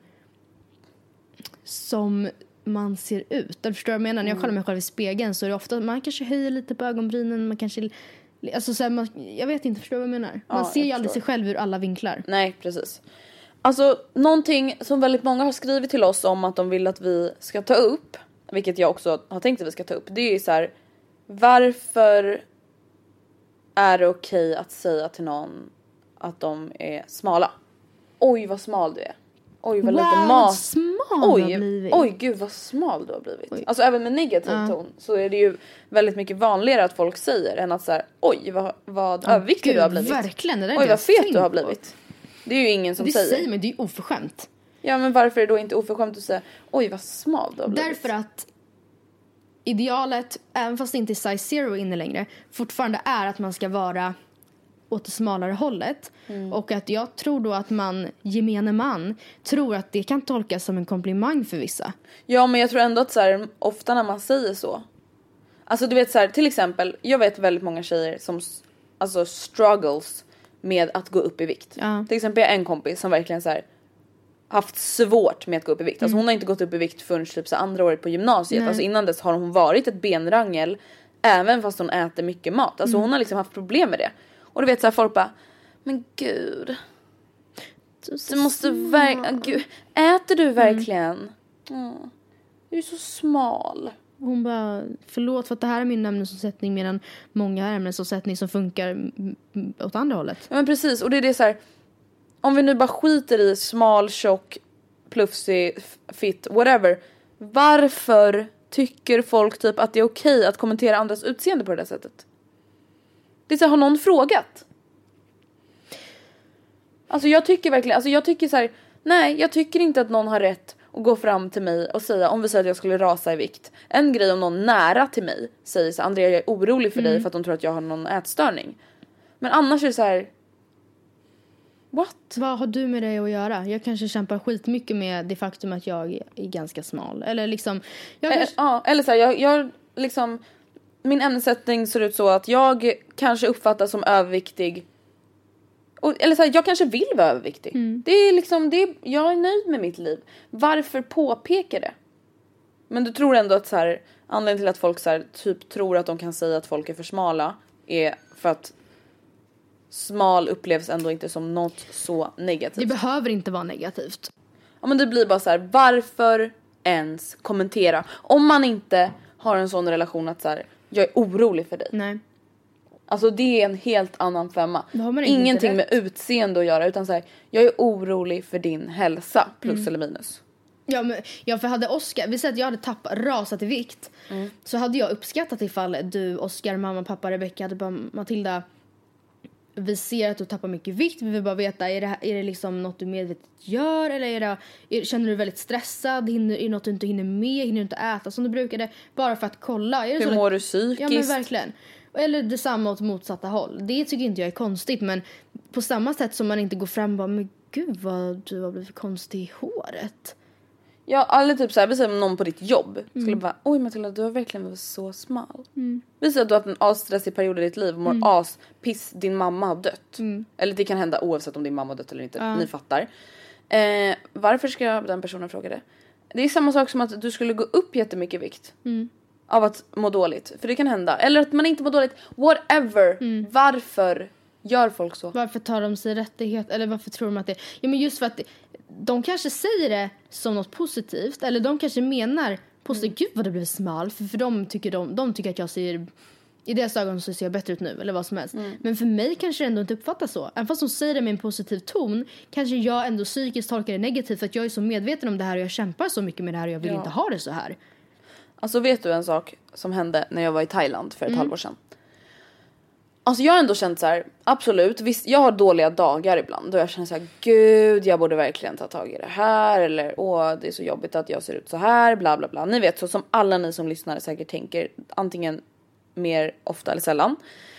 som man ser ut. Jag förstår vad jag menar. När jag kollar mig själv i spegeln så är det ofta, man kanske höjer lite på ögonbrynen, man kanske, alltså så här, man, jag vet inte, förstår vad jag menar. Man ja, ser ju aldrig sig själv ur alla vinklar. Nej, precis. Alltså, någonting som väldigt många har skrivit till oss om att de vill att vi ska ta upp, vilket jag också har tänkt att vi ska ta upp, det är ju så här, varför är det okej att säga till någon att de är smala? Oj, vad smal du är. Oj, vad wow, lite mat. Smal oj, du har blivit. Oj, gud vad smal du har blivit. Oj. Alltså även med negativ uh. ton så är det ju väldigt mycket vanligare att folk säger än att så här, oj, vad, vad oh, överviktig du har blivit. Verkligen, det där oj, vad fet du har blivit. Det är ju ingen som det säger. Det säger men det är ju oförskämt. Ja, men varför är det då inte oförskämt att säga oj vad smal du har blivit? Därför att idealet, även fast det inte är size zero inne längre, fortfarande är att man ska vara åt det smalare hållet. Mm. Och att jag tror då att man, gemene man, tror att det kan tolkas som en komplimang för vissa. Ja, men jag tror ändå att så här, ofta när man säger så. Alltså du vet så här, till exempel, jag vet väldigt många tjejer som alltså struggles med att gå upp i vikt. Ja. Till exempel jag har en kompis som verkligen så här haft svårt med att gå upp i vikt. Alltså hon har inte gått upp i vikt förrän typ så andra året på gymnasiet. Nej. Alltså innan dess har hon varit ett benrangel även fast hon äter mycket mat. Alltså mm. hon har liksom haft problem med det. Och du vet så här, folk bara, men gud, du, du måste verkligen, äter du verkligen? Mm. Mm. Du är så smal. Hon bara, förlåt för att det här är min ämnesomsättning, medan många har ämnesomsättning som funkar åt andra hållet. Ja, men precis, och det är det så här, om vi nu bara skiter i smal, tjock, plufsig, fit, whatever. Varför tycker folk typ att det är okej att kommentera andras utseende på det där sättet? Det är så här, har någon frågat? Alltså jag tycker verkligen, alltså jag tycker så här, nej, jag tycker inte att någon har rätt att gå fram till mig och säga, om vi säger att jag skulle rasa i vikt. En grej om någon nära till mig säger så, Andrea, jag är orolig för mm. dig för att de tror att jag har någon ätstörning. Men annars är det så här, what? Vad har du med det att göra? Jag kanske kämpar skitmycket med det faktum att jag är ganska smal. Eller liksom, jag kanske... Ja, eller så här, jag, jag liksom, min ämnessättning ser ut så att jag kanske uppfattas som överviktig. Och, eller så här, jag kanske vill vara överviktig. Mm. Det är liksom, det är, jag är nöjd med mitt liv. Varför påpeka det? Men du tror ändå att så här, anledningen till att folk så här, typ tror att de kan säga att folk är för smala är för att smal upplevs ändå inte som något så negativt. Det behöver inte vara negativt. Ja, men det blir bara så här, varför ens kommentera? Om man inte har en sån relation att så här, jag är orolig för dig. Nej. Alltså det är en helt annan femma. Ingenting med utseende att göra, utan så här, jag är orolig för din hälsa, plus mm. eller minus. Ja, men, ja, för hade Oscar, vi säger att jag hade tappat, rasat i vikt, mm. så hade jag uppskattat ifall du, Oscar, mamma, pappa, Rebecca, hade bara, Matilda, vi ser att du tappar mycket vikt, vi vill bara veta, är det, är det liksom något du medvetet gör, eller är det, är, känner du dig väldigt stressad, hinner, är det något du inte hinner med, hinner du inte äta som du brukade, bara för att kolla. Är det Hur så mår att, du psykiskt? Ja, men verkligen. Eller detsamma åt motsatta håll. Det tycker inte jag är konstigt, men på samma sätt som man inte går fram och bara, men gud vad du har blivit konstig i håret. Ja, alla typ så här, vi säger någon på ditt jobb mm. skulle bara, oj Matilda, du har verkligen varit så smal. Mm. Vi säger att du har haft en asstressig period i ditt liv och mår mm. as, piss, din mamma har dött. Mm. Eller det kan hända oavsett om din mamma har dött eller inte, ja. Ni fattar. Eh, varför ska den personen fråga det? Det är samma sak som att du skulle gå upp jättemycket vikt. Mm. Av att må dåligt. För det kan hända. Eller att man inte mår dåligt. Whatever. Mm. Varför gör folk så? Varför tar de sig rättighet? Eller varför tror de att det... Ja, men just för att det, de kanske säger det som något positivt. Eller de kanske menar positivt. Mm. Gud vad det blev smal. För, för de, tycker de, de tycker att jag ser... I deras ögon så ser jag bättre ut nu. Eller vad som helst. Mm. Men för mig kanske det ändå inte uppfattas så. Även fast de säger det med en positiv ton. Kanske jag ändå psykiskt tolkar det negativt. För att jag är så medveten om det här. Och jag kämpar så mycket med det här. Och jag vill ja. inte ha det så här. Alltså vet du en sak som hände när jag var i Thailand för ett mm. halvår sedan? Alltså jag har ändå känt så här, absolut, visst, jag har dåliga dagar ibland. Och jag känner så här, gud, jag borde verkligen ta tag i det här. Eller, åh, det är så jobbigt att jag ser ut så här, bla bla bla. Ni vet, så som alla ni som lyssnar säkert tänker, antingen mer ofta eller sällan.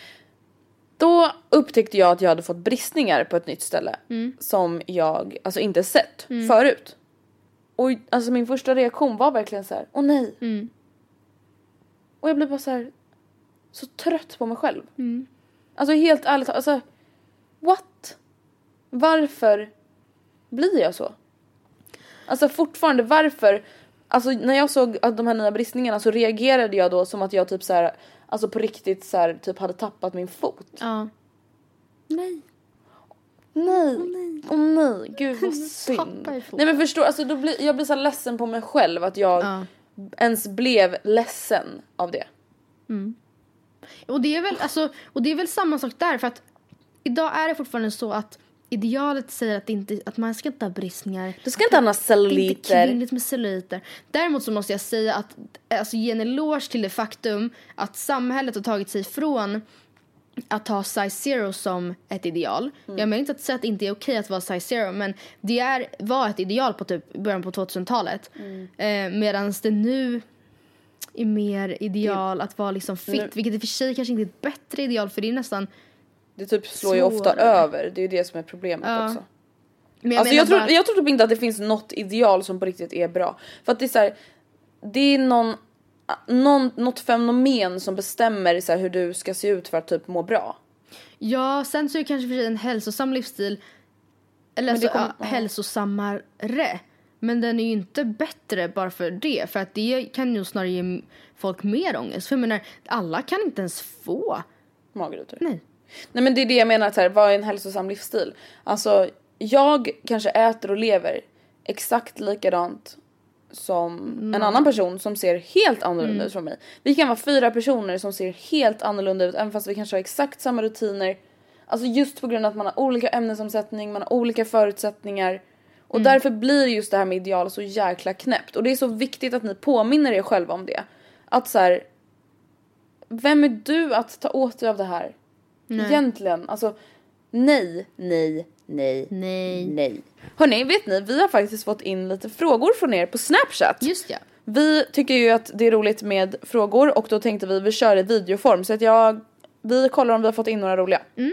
Då upptäckte jag att jag hade fått bristningar på ett nytt ställe. Mm. Som jag alltså inte sett mm. förut. Och alltså min första reaktion var verkligen så här, åh nej. Mm. Och jag blev bara så här, så trött på mig själv. Mm. Alltså helt ärligt, alltså what? Varför blir jag så? Alltså fortfarande, varför? Alltså när jag såg att de här nya bristningarna så reagerade jag då som att jag typ så här, alltså på riktigt så här, typ hade tappat min fot. Ja. Nej. Nej. Åh oh, nej. Oh, nej. Gud vad synd. Nej men förstår, alltså då blir jag blir så ledsen på mig själv att jag ja. ens blev ledsen av det. Mm. Och det är väl alltså, och det är väl samma sak där, för att idag är det fortfarande så att idealet säger att, det inte, att man ska inte ha bristningar. Du ska inte ha några celluliter. Det är inte kvinnligt med celluliter. Däremot så måste jag säga att, alltså ge en eloge till det faktum att samhället har tagit sig från att ha size zero som ett ideal. Mm. Jag menar inte att säga att det inte är okej att vara size zero, men det är, var ett ideal på typ början på tvåtusentalet. Mm. Eh, Medan det nu är mer ideal det, att vara liksom fit, nu, vilket i och för sig kanske inte är ett bättre ideal, för det är nästan det typ slår ju ofta över. Det är ju det som är problemet ja. också. Men jag, alltså jag, tror, att... jag tror typ inte att det finns något ideal som på riktigt är bra. För att det är så här, det är någon, någon, något fenomen som bestämmer så här, hur du ska se ut för att typ må bra. Ja, sen så är det kanske för sig en hälsosam livsstil. Eller alltså, kom, ja, hälsosammare. Men den är ju inte bättre bara för det. För att det kan ju snarare ge folk mer ångest. För jag menar, alla kan inte ens få magrutor. Nej. Nej, men det är det jag menar, att så här, vad är en hälsosam livsstil? Alltså, jag kanske äter och lever exakt likadant som mm. en annan person som ser helt annorlunda mm. ut från mig. Vi kan vara fyra personer som ser helt annorlunda ut, även fast vi kanske har exakt samma rutiner. Alltså just på grund av att man har olika ämnesomsättning, man har olika förutsättningar. Och mm. därför blir just det här med ideal så jäkla knäppt. Och det är så viktigt att ni påminner er själva om det. Att så här, vem är du att ta åt dig av det här? Nej. Egentligen, alltså nej, nej, nej, nej, nej. Hörrni, vet ni, vi har faktiskt fått in lite frågor från er på Snapchat. Just ja. Vi tycker ju att det är roligt med frågor, och då tänkte vi vi kör i videoform. Så att jag, vi kollar om vi har fått in några roliga. Mm.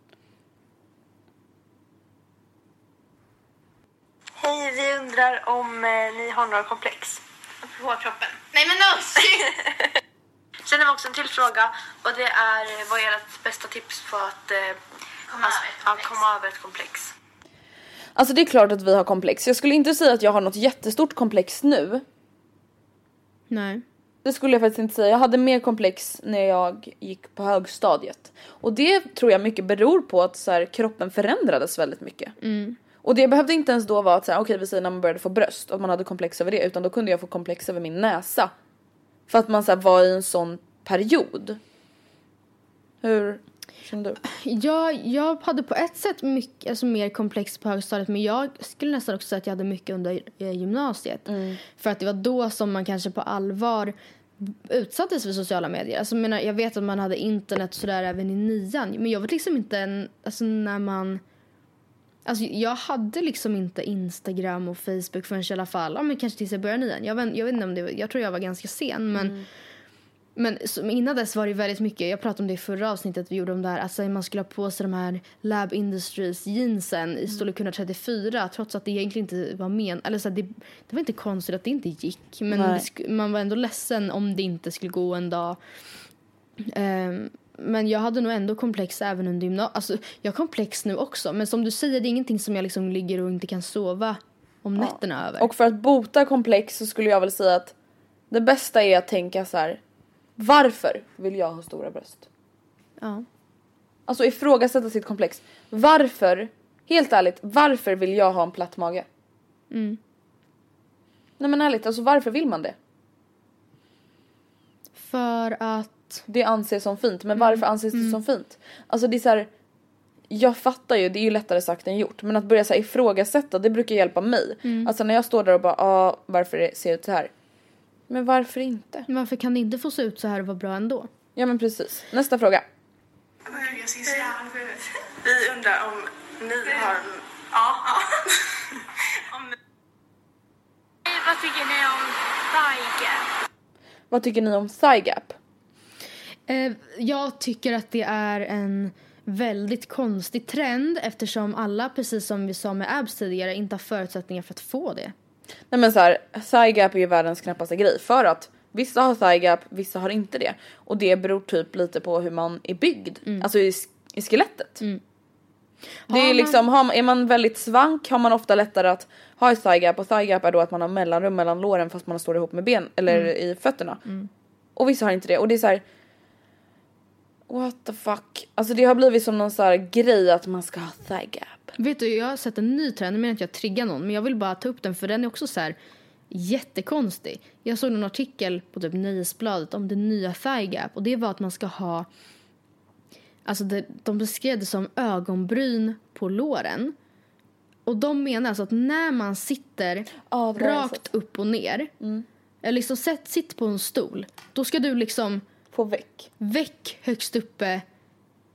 Hej, vi undrar om eh, ni har några komplex på kroppen. Nej men no, Sen har vi också en till fråga, och det är vad är ert bästa tips på att eh, komma, alltså, över ja, komma över ett komplex? Alltså det är klart att vi har komplex. Jag skulle inte säga att jag har något jättestort komplex nu. Nej. Det skulle jag faktiskt inte säga. Jag hade mer komplex när jag gick på högstadiet. Och det tror jag mycket beror på att så här, kroppen förändrades väldigt mycket. Mm. Och det behövde inte ens då vara att så här, okej, vi säger när man började få bröst och man hade komplex över det, utan då kunde jag få komplex över min näsa. För att man så här, var i en sån period. Hur kände du? Ja, jag hade på ett sätt mycket, alltså mer komplex på högstadiet, men jag skulle nästan också säga att jag hade mycket under gymnasiet. Mm. För att det var då som man kanske på allvar utsattes för sociala medier. Alltså, jag, menar, jag vet att man hade internet sådär även i nian, men jag vet liksom inte en, alltså när man... Alltså jag hade liksom inte Instagram och Facebook förrän i alla fall. Ja, men kanske tills jag började nian. Jag vet, jag vet inte om det var, jag tror jag var ganska sen. Men, mm. men så, innan dess var det väldigt mycket. Jag pratade om det i förra avsnittet. Vi gjorde om det här. Alltså man skulle ha på sig de här Lab Industries jeansen mm. i storlek etthundratrettiofyra. Trots att det egentligen inte var men. Eller så här, det, det var inte konstigt att det inte gick. Men det, man var ändå ledsen om det inte skulle gå en dag. Um, Men jag hade nog ändå komplex även under gymnasiet. Alltså, jag har komplex nu också. Men som du säger, det är ingenting som jag liksom ligger och inte kan sova om nätterna ja. över. Och för att bota komplex så skulle jag väl säga att det bästa är att tänka så här: varför vill jag ha stora bröst? Ja. Alltså ifrågasätta sitt komplex. Varför, helt ärligt, varför vill jag ha en platt mage? Mm. Nej men ärligt, alltså varför vill man det? För att det anses som fint. Men varför anses det mm. som fint? Alltså det är så här, jag fattar ju, det är ju lättare sagt än gjort. Men att börja så här ifrågasätta, det brukar hjälpa mig. Mm. Alltså när jag står där och bara, ah, varför det ser ut så här? Men varför inte? Varför kan det inte få se ut så här och vara bra ändå? Ja men precis. Nästa fråga. Jag ser så jävla ut. Vi undrar om ni har... Ja. ja. om ni... Vad tycker ni om thigh gap? Vad tycker ni om thigh gap? Eh, jag tycker att det är en väldigt konstig trend, eftersom alla, precis som vi sa med abs tidigare, inte har förutsättningar för att få det. Nej men så här, thigh gap är ju världens knappaste grej, för att vissa har thigh gap, vissa har inte det. Och det beror typ lite på hur man är byggd, mm. alltså i, i skelettet. Mm. Det är man... liksom, har, är man väldigt svank har man ofta lättare att ha ett thigh gap, och thigh gap är då att man har mellanrum mellan låren fast man står ihop med ben eller mm. i fötterna. Mm. Och vissa har inte det, och det är så här, what the fuck? Alltså det har blivit som någon så här grej att man ska ha thigh gap. Vet du, jag har sett en ny trend. Jag menar att jag triggar någon, men jag vill bara ta upp den, för den är också så här jättekonstig. Jag såg en artikel på typ Nyhetsbladet om det nya thigh gap, och det var att man ska ha, alltså det, de beskrev det som ögonbryn på låren. Och de menar alltså att när man sitter oh, rakt upp och ner, mm. eller liksom sätt, sitt på en stol, då ska du liksom på väck. Väck högst uppe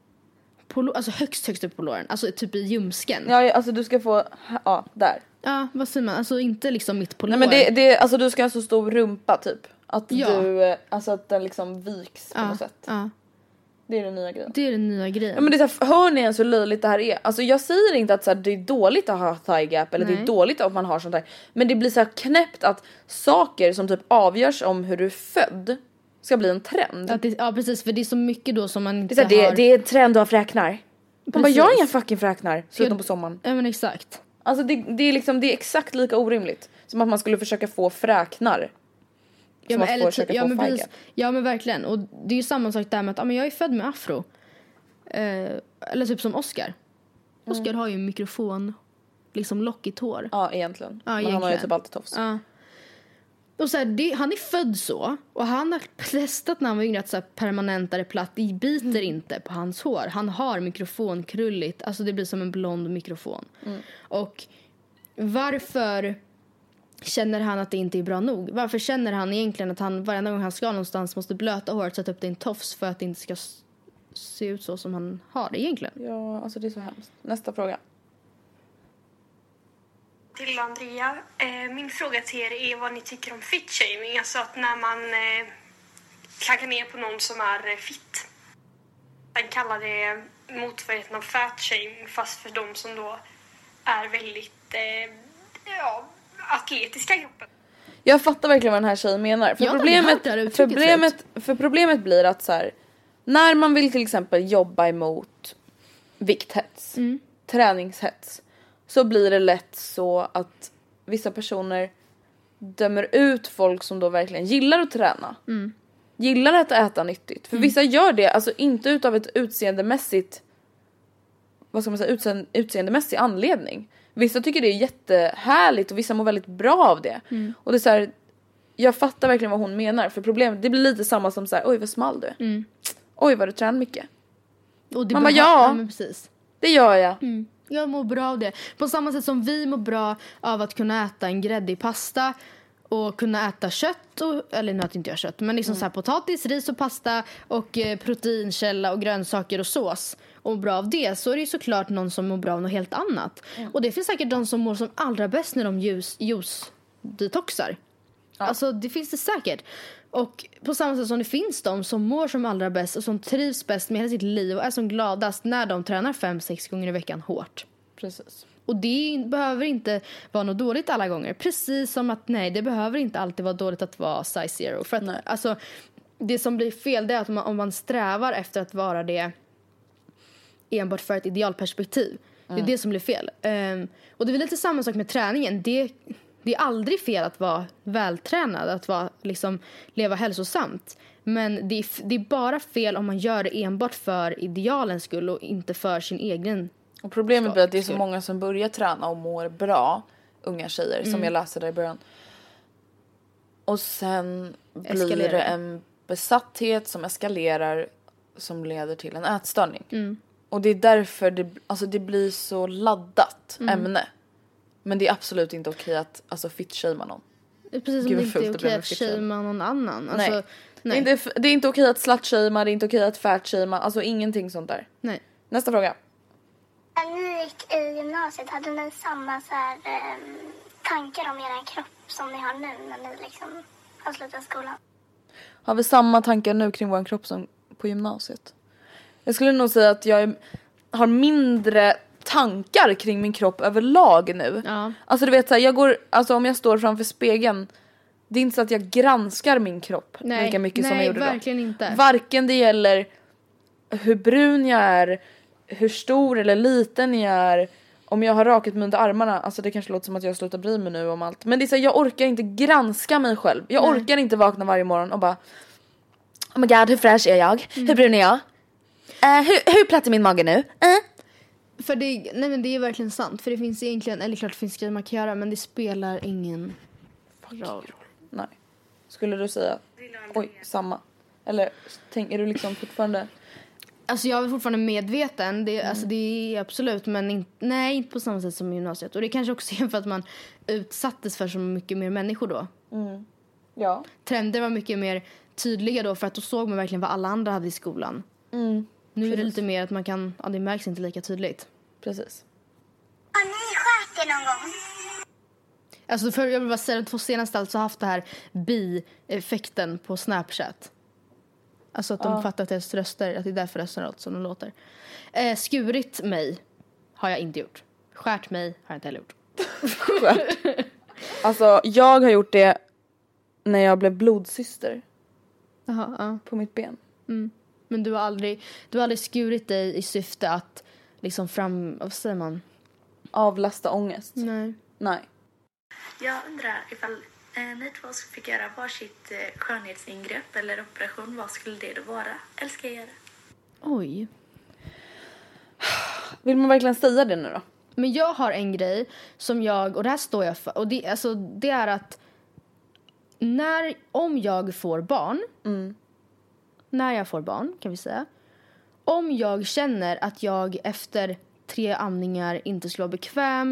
på, alltså högst högst upp på låren. Alltså typ i ljumsken. Ja, alltså du ska få, ja, där. Ja, vad säger man? Alltså inte liksom mitt på Nej, låren. men det, det, alltså du ska ha så stor rumpa typ. Att Ja. du, alltså att den liksom viks på ja, något sätt. Ja, Det är den nya grejen. det är den nya grejen. Ja, men det är så här, hör ni ens hur löjligt det här är? Alltså jag säger inte att så här, det är dåligt att ha thigh gap eller det är Nej. dåligt att man har sånt där. Men det blir så här knäppt att saker som typ avgörs om hur du är född ska bli en trend. Att det, ja, precis. För det är så mycket då som man Det inte är, så här, det, har... det är en trend att ha fräknar. Man bara, Precis. jag har inga fucking fräknar, förutom Jag- på sommaren. Ja, men exakt. Alltså det, det är liksom, det är exakt lika orimligt som att man skulle försöka få fräknar. Ja, Som men, att få eller, försöka ty- ja, få men thigh precis. gap. Ja, men verkligen. Och det är ju samma sak där med att ja, men jag är född med afro. Eh, eller typ som Oscar. Oscar har ju en mikrofon, liksom lockigt hår. Ja, egentligen. Ja, Men han har ju egentligen. typ alltid tofs. Ja. Och så här, det, han är född så. Och han har testat när han var yngre att så här, permanentare platt. Det biter inte på hans hår. Han har mikrofonkrulligt. Alltså det blir som en blond mikrofon. Och varför känner han att det inte är bra nog? Varför känner han egentligen att han varje gång han ska någonstans måste blöta håret, sätta upp det i en tofs för att det inte ska s- se ut så som han har det egentligen? Ja, alltså det är så hemskt. Nästa fråga. Till Andrea. Eh, min fråga till er är vad ni tycker om fit-shaming. Alltså att när man eh, klankar ner på någon som är eh, fit. Man kallar det motsvarigheten av fat-shaming fast för de som då är väldigt eh, ja, atletiska i kroppen. Jag fattar verkligen vad den här tjejen menar. För Jag har problemet, hört det här uttrycket problemet, för problemet blir att så här, när man vill till exempel jobba emot vikthets, Mm. träningshets, så blir det lätt så att vissa personer dömer ut folk som då verkligen gillar att träna. Mm. Gillar att äta nyttigt. För vissa gör det, alltså inte utav ett utseendemässigt, vad ska man säga, utseende, utseendemässig anledning. Vissa tycker det är jättehärligt och vissa mår väldigt bra av det. Mm. Och det är så här, jag fattar verkligen vad hon menar. För problemet, det blir lite samma som så här, oj vad smal du är. Mm. Oj vad du tränar mycket. Och det Man bara, behö- ja. men precis. Det gör jag. Mm. Jag mår bra av det. På samma sätt som vi mår bra av att kunna äta en gräddig pasta och kunna äta kött, och, eller nu äter inte jag kött, men liksom så här potatis, ris och pasta och eh, proteinkälla och grönsaker och sås. Och mår bra av det, så är det ju såklart någon som mår bra av något helt annat. Och det finns säkert de som mår som allra bäst när de juice, juice detoxar. Alltså det finns det säkert. Och på samma sätt som det finns de som mår som allra bäst och som trivs bäst med hela sitt liv och är som gladast när de tränar fem, sex gånger i veckan hårt. Precis. Och det behöver inte vara något dåligt alla gånger. Precis som att nej, det behöver inte alltid vara dåligt att vara size zero. För att Nej. alltså, det som blir fel det är att man, om man strävar efter att vara det enbart för ett idealperspektiv. Det är det som blir fel. Um, och det är väl lite samma sak med träningen. Det, det är aldrig fel att vara vältränad, att vara, liksom, leva hälsosamt. Men det är, det är bara fel om man gör det enbart för idealens skull och inte för sin egen. Och problemet blir att det är så Skull. många som börjar träna och mår bra. Unga tjejer, som jag läste där i början. Och sen blir Eskalerar. det en besatthet som eskalerar, som leder till en ätstörning. Och det är därför det, alltså det blir så laddat ämne. Men det är absolut inte okej att alltså, fit-shamea någon. Precis som Gud, det vad inte är fult det blev okej med att fit-shame. shamea någon annan. Alltså, Nej. nej. Det, är inte, det är inte okej att slut-shamea, det är inte okej att fat-shamea. Alltså ingenting sånt där. nej. Nästa fråga. När ni gick i gymnasiet, hade ni samma så här, eh, tankar om er kropp som ni har nu när ni liksom har slutat skolan? Har vi samma tankar nu kring vår kropp som på gymnasiet? Jag skulle nog säga att jag är, har mindre tankar kring min kropp överlag nu. Ja. Alltså du vet så här, jag går, alltså om jag står framför spegeln, det är inte så att jag granskar min kropp Nej. lika mycket som Nej, jag gjorde verkligen då. inte. Varken det gäller hur brun jag är, hur stor eller liten jag är, om jag har rakat mig under armarna. Alltså det kanske låter som att jag slutar bry mig nu om allt. Men det är så här, jag orkar inte granska mig själv. Jag Nej. orkar inte vakna varje morgon och bara, oh my god, hur fräsch är jag? Mm. Hur brun är jag? Uh, hur, hur platt är min mage nu? Uh? För det, nej men det är verkligen sant. För det finns egentligen, eller klart det finns grejer man kan göra, men det spelar ingen roll. Nej. Skulle du säga, oj, samma? Eller tänk, är du liksom fortfarande... Alltså jag är fortfarande medveten, det, alltså det är absolut, men in, nej, inte på samma sätt som i gymnasiet. Och det kanske också är för att man utsattes för så mycket mer människor då. Ja. Trender var mycket mer tydliga då, för att då såg man verkligen vad alla andra hade i skolan. Nu är det Precis. lite mer att man kan, ja det märks inte lika tydligt. Precis. Har ni sköt er någon gång? Alltså för jag vill bara säga, de två senaste alltså har haft det här bi-effekten på Snapchat. Alltså att de Ja. fattar att deras röster, att det är därför rösten låter som de låter. Eh, skurit mig har jag inte gjort. Skärt mig har jag inte heller gjort. Alltså jag har gjort det när jag blev blodsyster Jaha, ja. på mitt ben. Men du har aldrig, du har aldrig skurit dig i syfte att liksom fram, vad säger man? Avlasta ångest. Nej. Nej. Jag undrar ifall eh, ni två fick göra varsitt eh, skönhetsingrepp eller operation, vad skulle det då vara? Älskar er. Oj. Vill man verkligen säga det nu då? Men jag har en grej som jag, och det här står jag för, och det, alltså, det är att när, om jag får barn, Mm. när jag får barn kan vi säga, om jag känner att jag efter tre amningar inte skulle vara bekväm,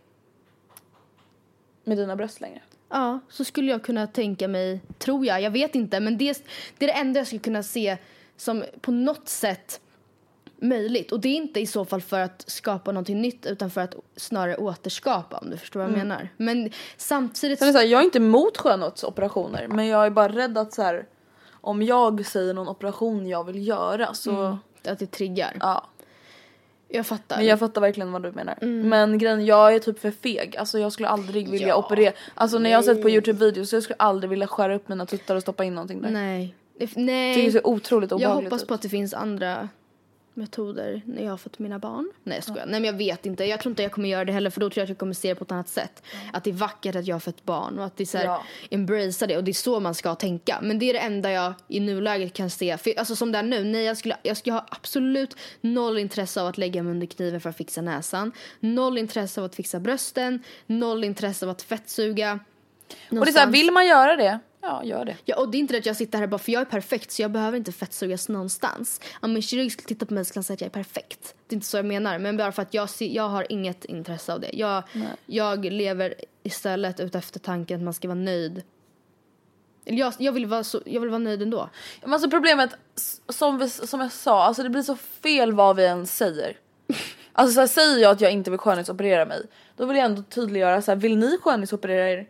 Med dina bröst längre. ja, så skulle jag kunna tänka mig, tror jag, jag vet inte, men det, det är det enda jag skulle kunna se som på något sätt möjligt. Och det är inte i så fall för att skapa någonting nytt, utan för att snarare återskapa, om du förstår vad jag Mm. menar. Men samtidigt... Sen är det så här, jag är inte emot skönhetsoperationer, men jag är bara rädd att så här, om jag säger någon operation jag vill göra så Mm. Att det triggar. ja. Jag fattar. Men jag fattar verkligen vad du menar. Men grejen, jag är typ för feg. Alltså jag skulle aldrig vilja Ja. operera. Alltså när jag har sett på YouTube-videos så jag skulle aldrig vilja skära upp mina tuttar och stoppa in någonting där. Nej. If- Nej. Det är så otroligt Jag obehagligt. hoppas ut. på att det finns andra metoder när jag har fått mina barn. Nej, jag skojar. Nej, men jag vet inte. Jag tror inte jag kommer göra det heller, för då tror jag att jag kommer se det på ett annat sätt. Att det är vackert att jag har fått barn och att det är så här, Ja. embracea det, och det är så man ska tänka. Men det är det enda jag i nuläget kan se. För, alltså som det är nu, nej, jag skulle, jag skulle ha absolut noll intresse av att lägga mig under kniven för att fixa näsan. Noll intresse av att fixa brösten. Noll intresse av att fettsuga. Och det är så här, vill man göra det? Ja, gör det. Ja, och det är inte att jag sitter här bara för jag är perfekt, så jag behöver inte fettsugas någonstans. Om en kirurg skulle titta på mig så kan han säga att jag är perfekt. Det är inte så jag menar, men bara för att jag, ser, jag har inget intresse av det. Jag, jag lever istället ut efter tanken att man ska vara nöjd. Jag, jag, vill vara så, jag vill vara nöjd ändå. Men alltså problemet, s- som, vi, som jag sa, alltså det blir så fel vad vi än säger. Alltså så här, säger jag att jag inte vill skönhetsoperera mig, då vill jag ändå tydliggöra så här, vill ni skönhetsoperera er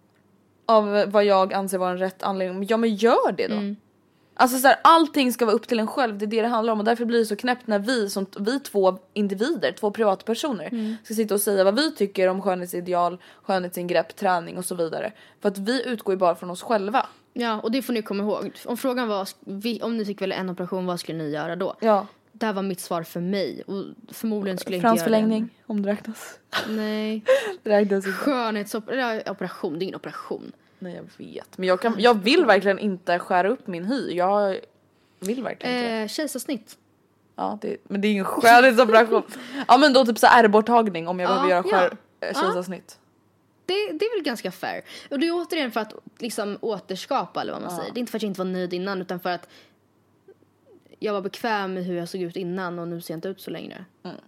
av vad jag anser vara en rätt anledning? Ja, men gör det då. Mm. Alltså så här, allting ska vara upp till en själv, det är det det handlar om, och därför blir det så knäppt när vi som vi två individer, två privatpersoner Mm. ska sitta och säga vad vi tycker om skönhetsideal, skönhetsingrepp, träning och så vidare. För att vi utgår ju bara från oss själva. Ja, och det får ni komma ihåg. Om frågan var, vi- om ni fick välja en operation, vad skulle ni göra då? Ja. Det här var mitt svar för mig. Och förmodligen skulle jag inte göra Fransförlängning, om det räknas. det. Nej. Det räknas inte. Skönhetsoperation, det är ingen operation. Nej, jag vet. Men jag, kan, jag vill verkligen inte skära upp min hy. Jag vill verkligen inte. Eh, kejsarsnitt. Ja, det, men det är ingen skönhetsoperation. Ja, men då typ så här ärrborttagning om jag Ja, behöver göra skär, ja. äh, kejsarsnitt. Det, det är väl ganska fair. Och det är återigen för att liksom återskapa, eller vad man säger. Det är inte för att jag inte var nöjd innan, utan för att jag var bekväm med hur jag såg ut innan, och nu ser jag inte ut så längre.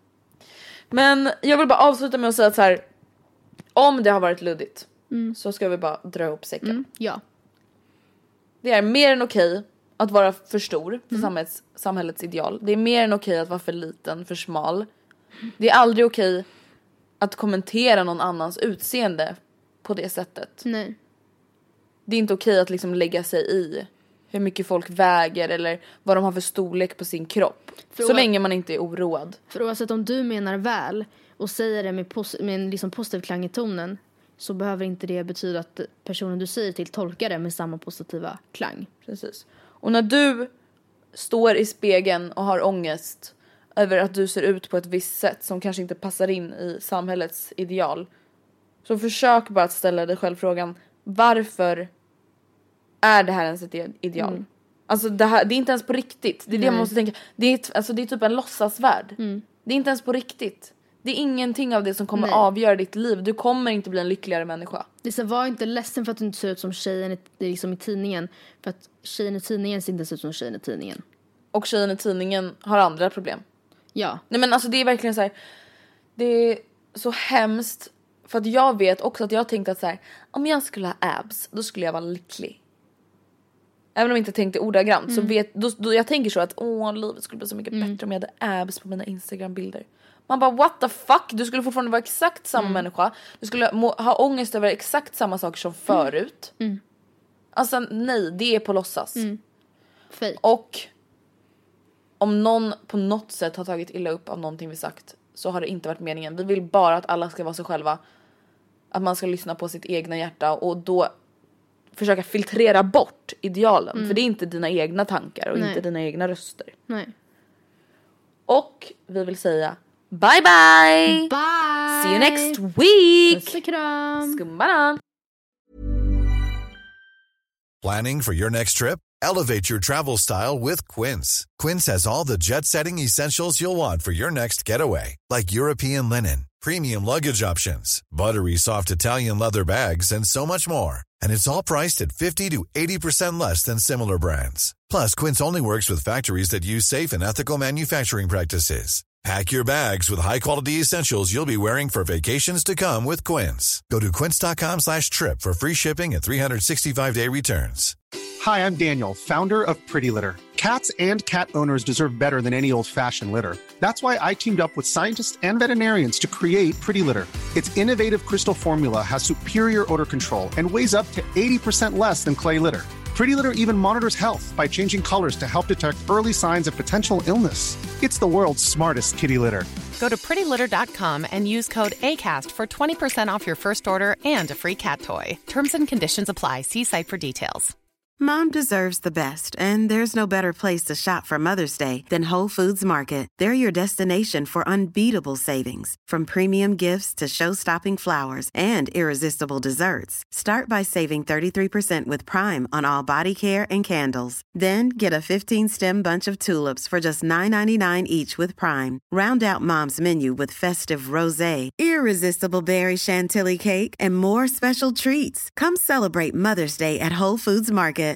Men jag vill bara avsluta med att säga att så här, om det har varit luddigt så ska vi bara dra ihop säcken. Mm, ja. Det är mer än okej att vara för stor för samhällets, samhällets ideal. Det är mer än okej att vara för liten, för smal. Det är aldrig okej att kommentera någon annans utseende på det sättet. Nej. Det är inte okej att liksom lägga sig i hur mycket folk väger eller vad de har för storlek på sin kropp. För så oa- länge man inte är oroad. För oavsett om du menar väl och säger det med, pos- med en liksom positiv klang i tonen, så behöver inte det betyda att personen du säger till tolkar det med samma positiva klang. Precis. Och när du står i spegeln och har ångest över att du ser ut på ett visst sätt som kanske inte passar in i samhällets ideal, så försök bara att ställa dig själv frågan: varför är det här ens ett ideal? Mm. Alltså det, här, det är inte ens på riktigt. Det är det Nej. man måste tänka. Det är, ett- alltså det är typ en låtsasvärld. Det är inte ens på riktigt. Det är ingenting av det som kommer Nej. avgöra ditt liv. Du kommer inte bli en lyckligare människa. Det är så, var inte ledsen för att du inte ser ut som tjejen i, liksom i tidningen. För att tjejen i tidningen ser inte ens ut som tjejen i tidningen. Och tjejen i tidningen har andra problem. Ja. Nej, men alltså det är verkligen så här. Det är så hemskt. För att jag vet också att jag har tänkt att så här, om jag skulle ha abs, då skulle jag vara lycklig. Även om jag inte tänkte ordagrant mm. så vet då, då jag tänker så att åh, livet skulle bli så mycket mm. bättre om jag hade abs på mina Instagram-bilder. Man bara what the fuck, du skulle fortfarande vara exakt samma mm. människa. Du skulle må, ha ångest över exakt samma saker som förut. Mm. Mm. Alltså nej, det är på låtsas. Mm. Fake. Och om någon på något sätt har tagit illa upp av någonting vi sagt, så har det inte varit meningen. Vi vill bara att alla ska vara sig själva. Att man ska lyssna på sitt egna hjärta och då försöka filtrera bort idealen. Mm. För det är inte dina egna tankar och Nej. inte dina egna röster. Nej. Och vi vill säga bye bye! Bye! See you next week! Puss och kram! Skumbanan! Planning for your next trip? Elevate your travel style with Quince. Quince has all the jet-setting essentials you'll want for your next getaway. Like European linen, premium luggage options, buttery soft Italian leather bags, and so much more. And it's all priced at fifty to eighty percent less than similar brands. Plus, Quince only works with factories that use safe and ethical manufacturing practices. Pack your bags with high-quality essentials you'll be wearing for vacations to come with Quince. Go to quince.com slash trip for free shipping and three sixty-five day returns. Hi, I'm Daniel, founder of Pretty Litter. Cats and cat owners deserve better than any old-fashioned litter. That's why I teamed up with scientists and veterinarians to create Pretty Litter. Its innovative crystal formula has superior odor control and weighs up to eighty percent less than clay litter. Pretty Litter even monitors health by changing colors to help detect early signs of potential illness. It's the world's smartest kitty litter. Go to pretty litter dot com and use code ACAST for twenty percent off your first order and a free cat toy. Terms and conditions apply. See site for details. Mom deserves the best, and there's no better place to shop for Mother's Day than Whole Foods Market. They're your destination for unbeatable savings, from premium gifts to show-stopping flowers and irresistible desserts. Start by saving thirty-three percent with Prime on all body care and candles. Then get a fifteen-stem bunch of tulips for just nine ninety-nine each with Prime. Round out Mom's menu with festive rosé, irresistible berry chantilly cake, and more special treats. Come celebrate Mother's Day at Whole Foods Market.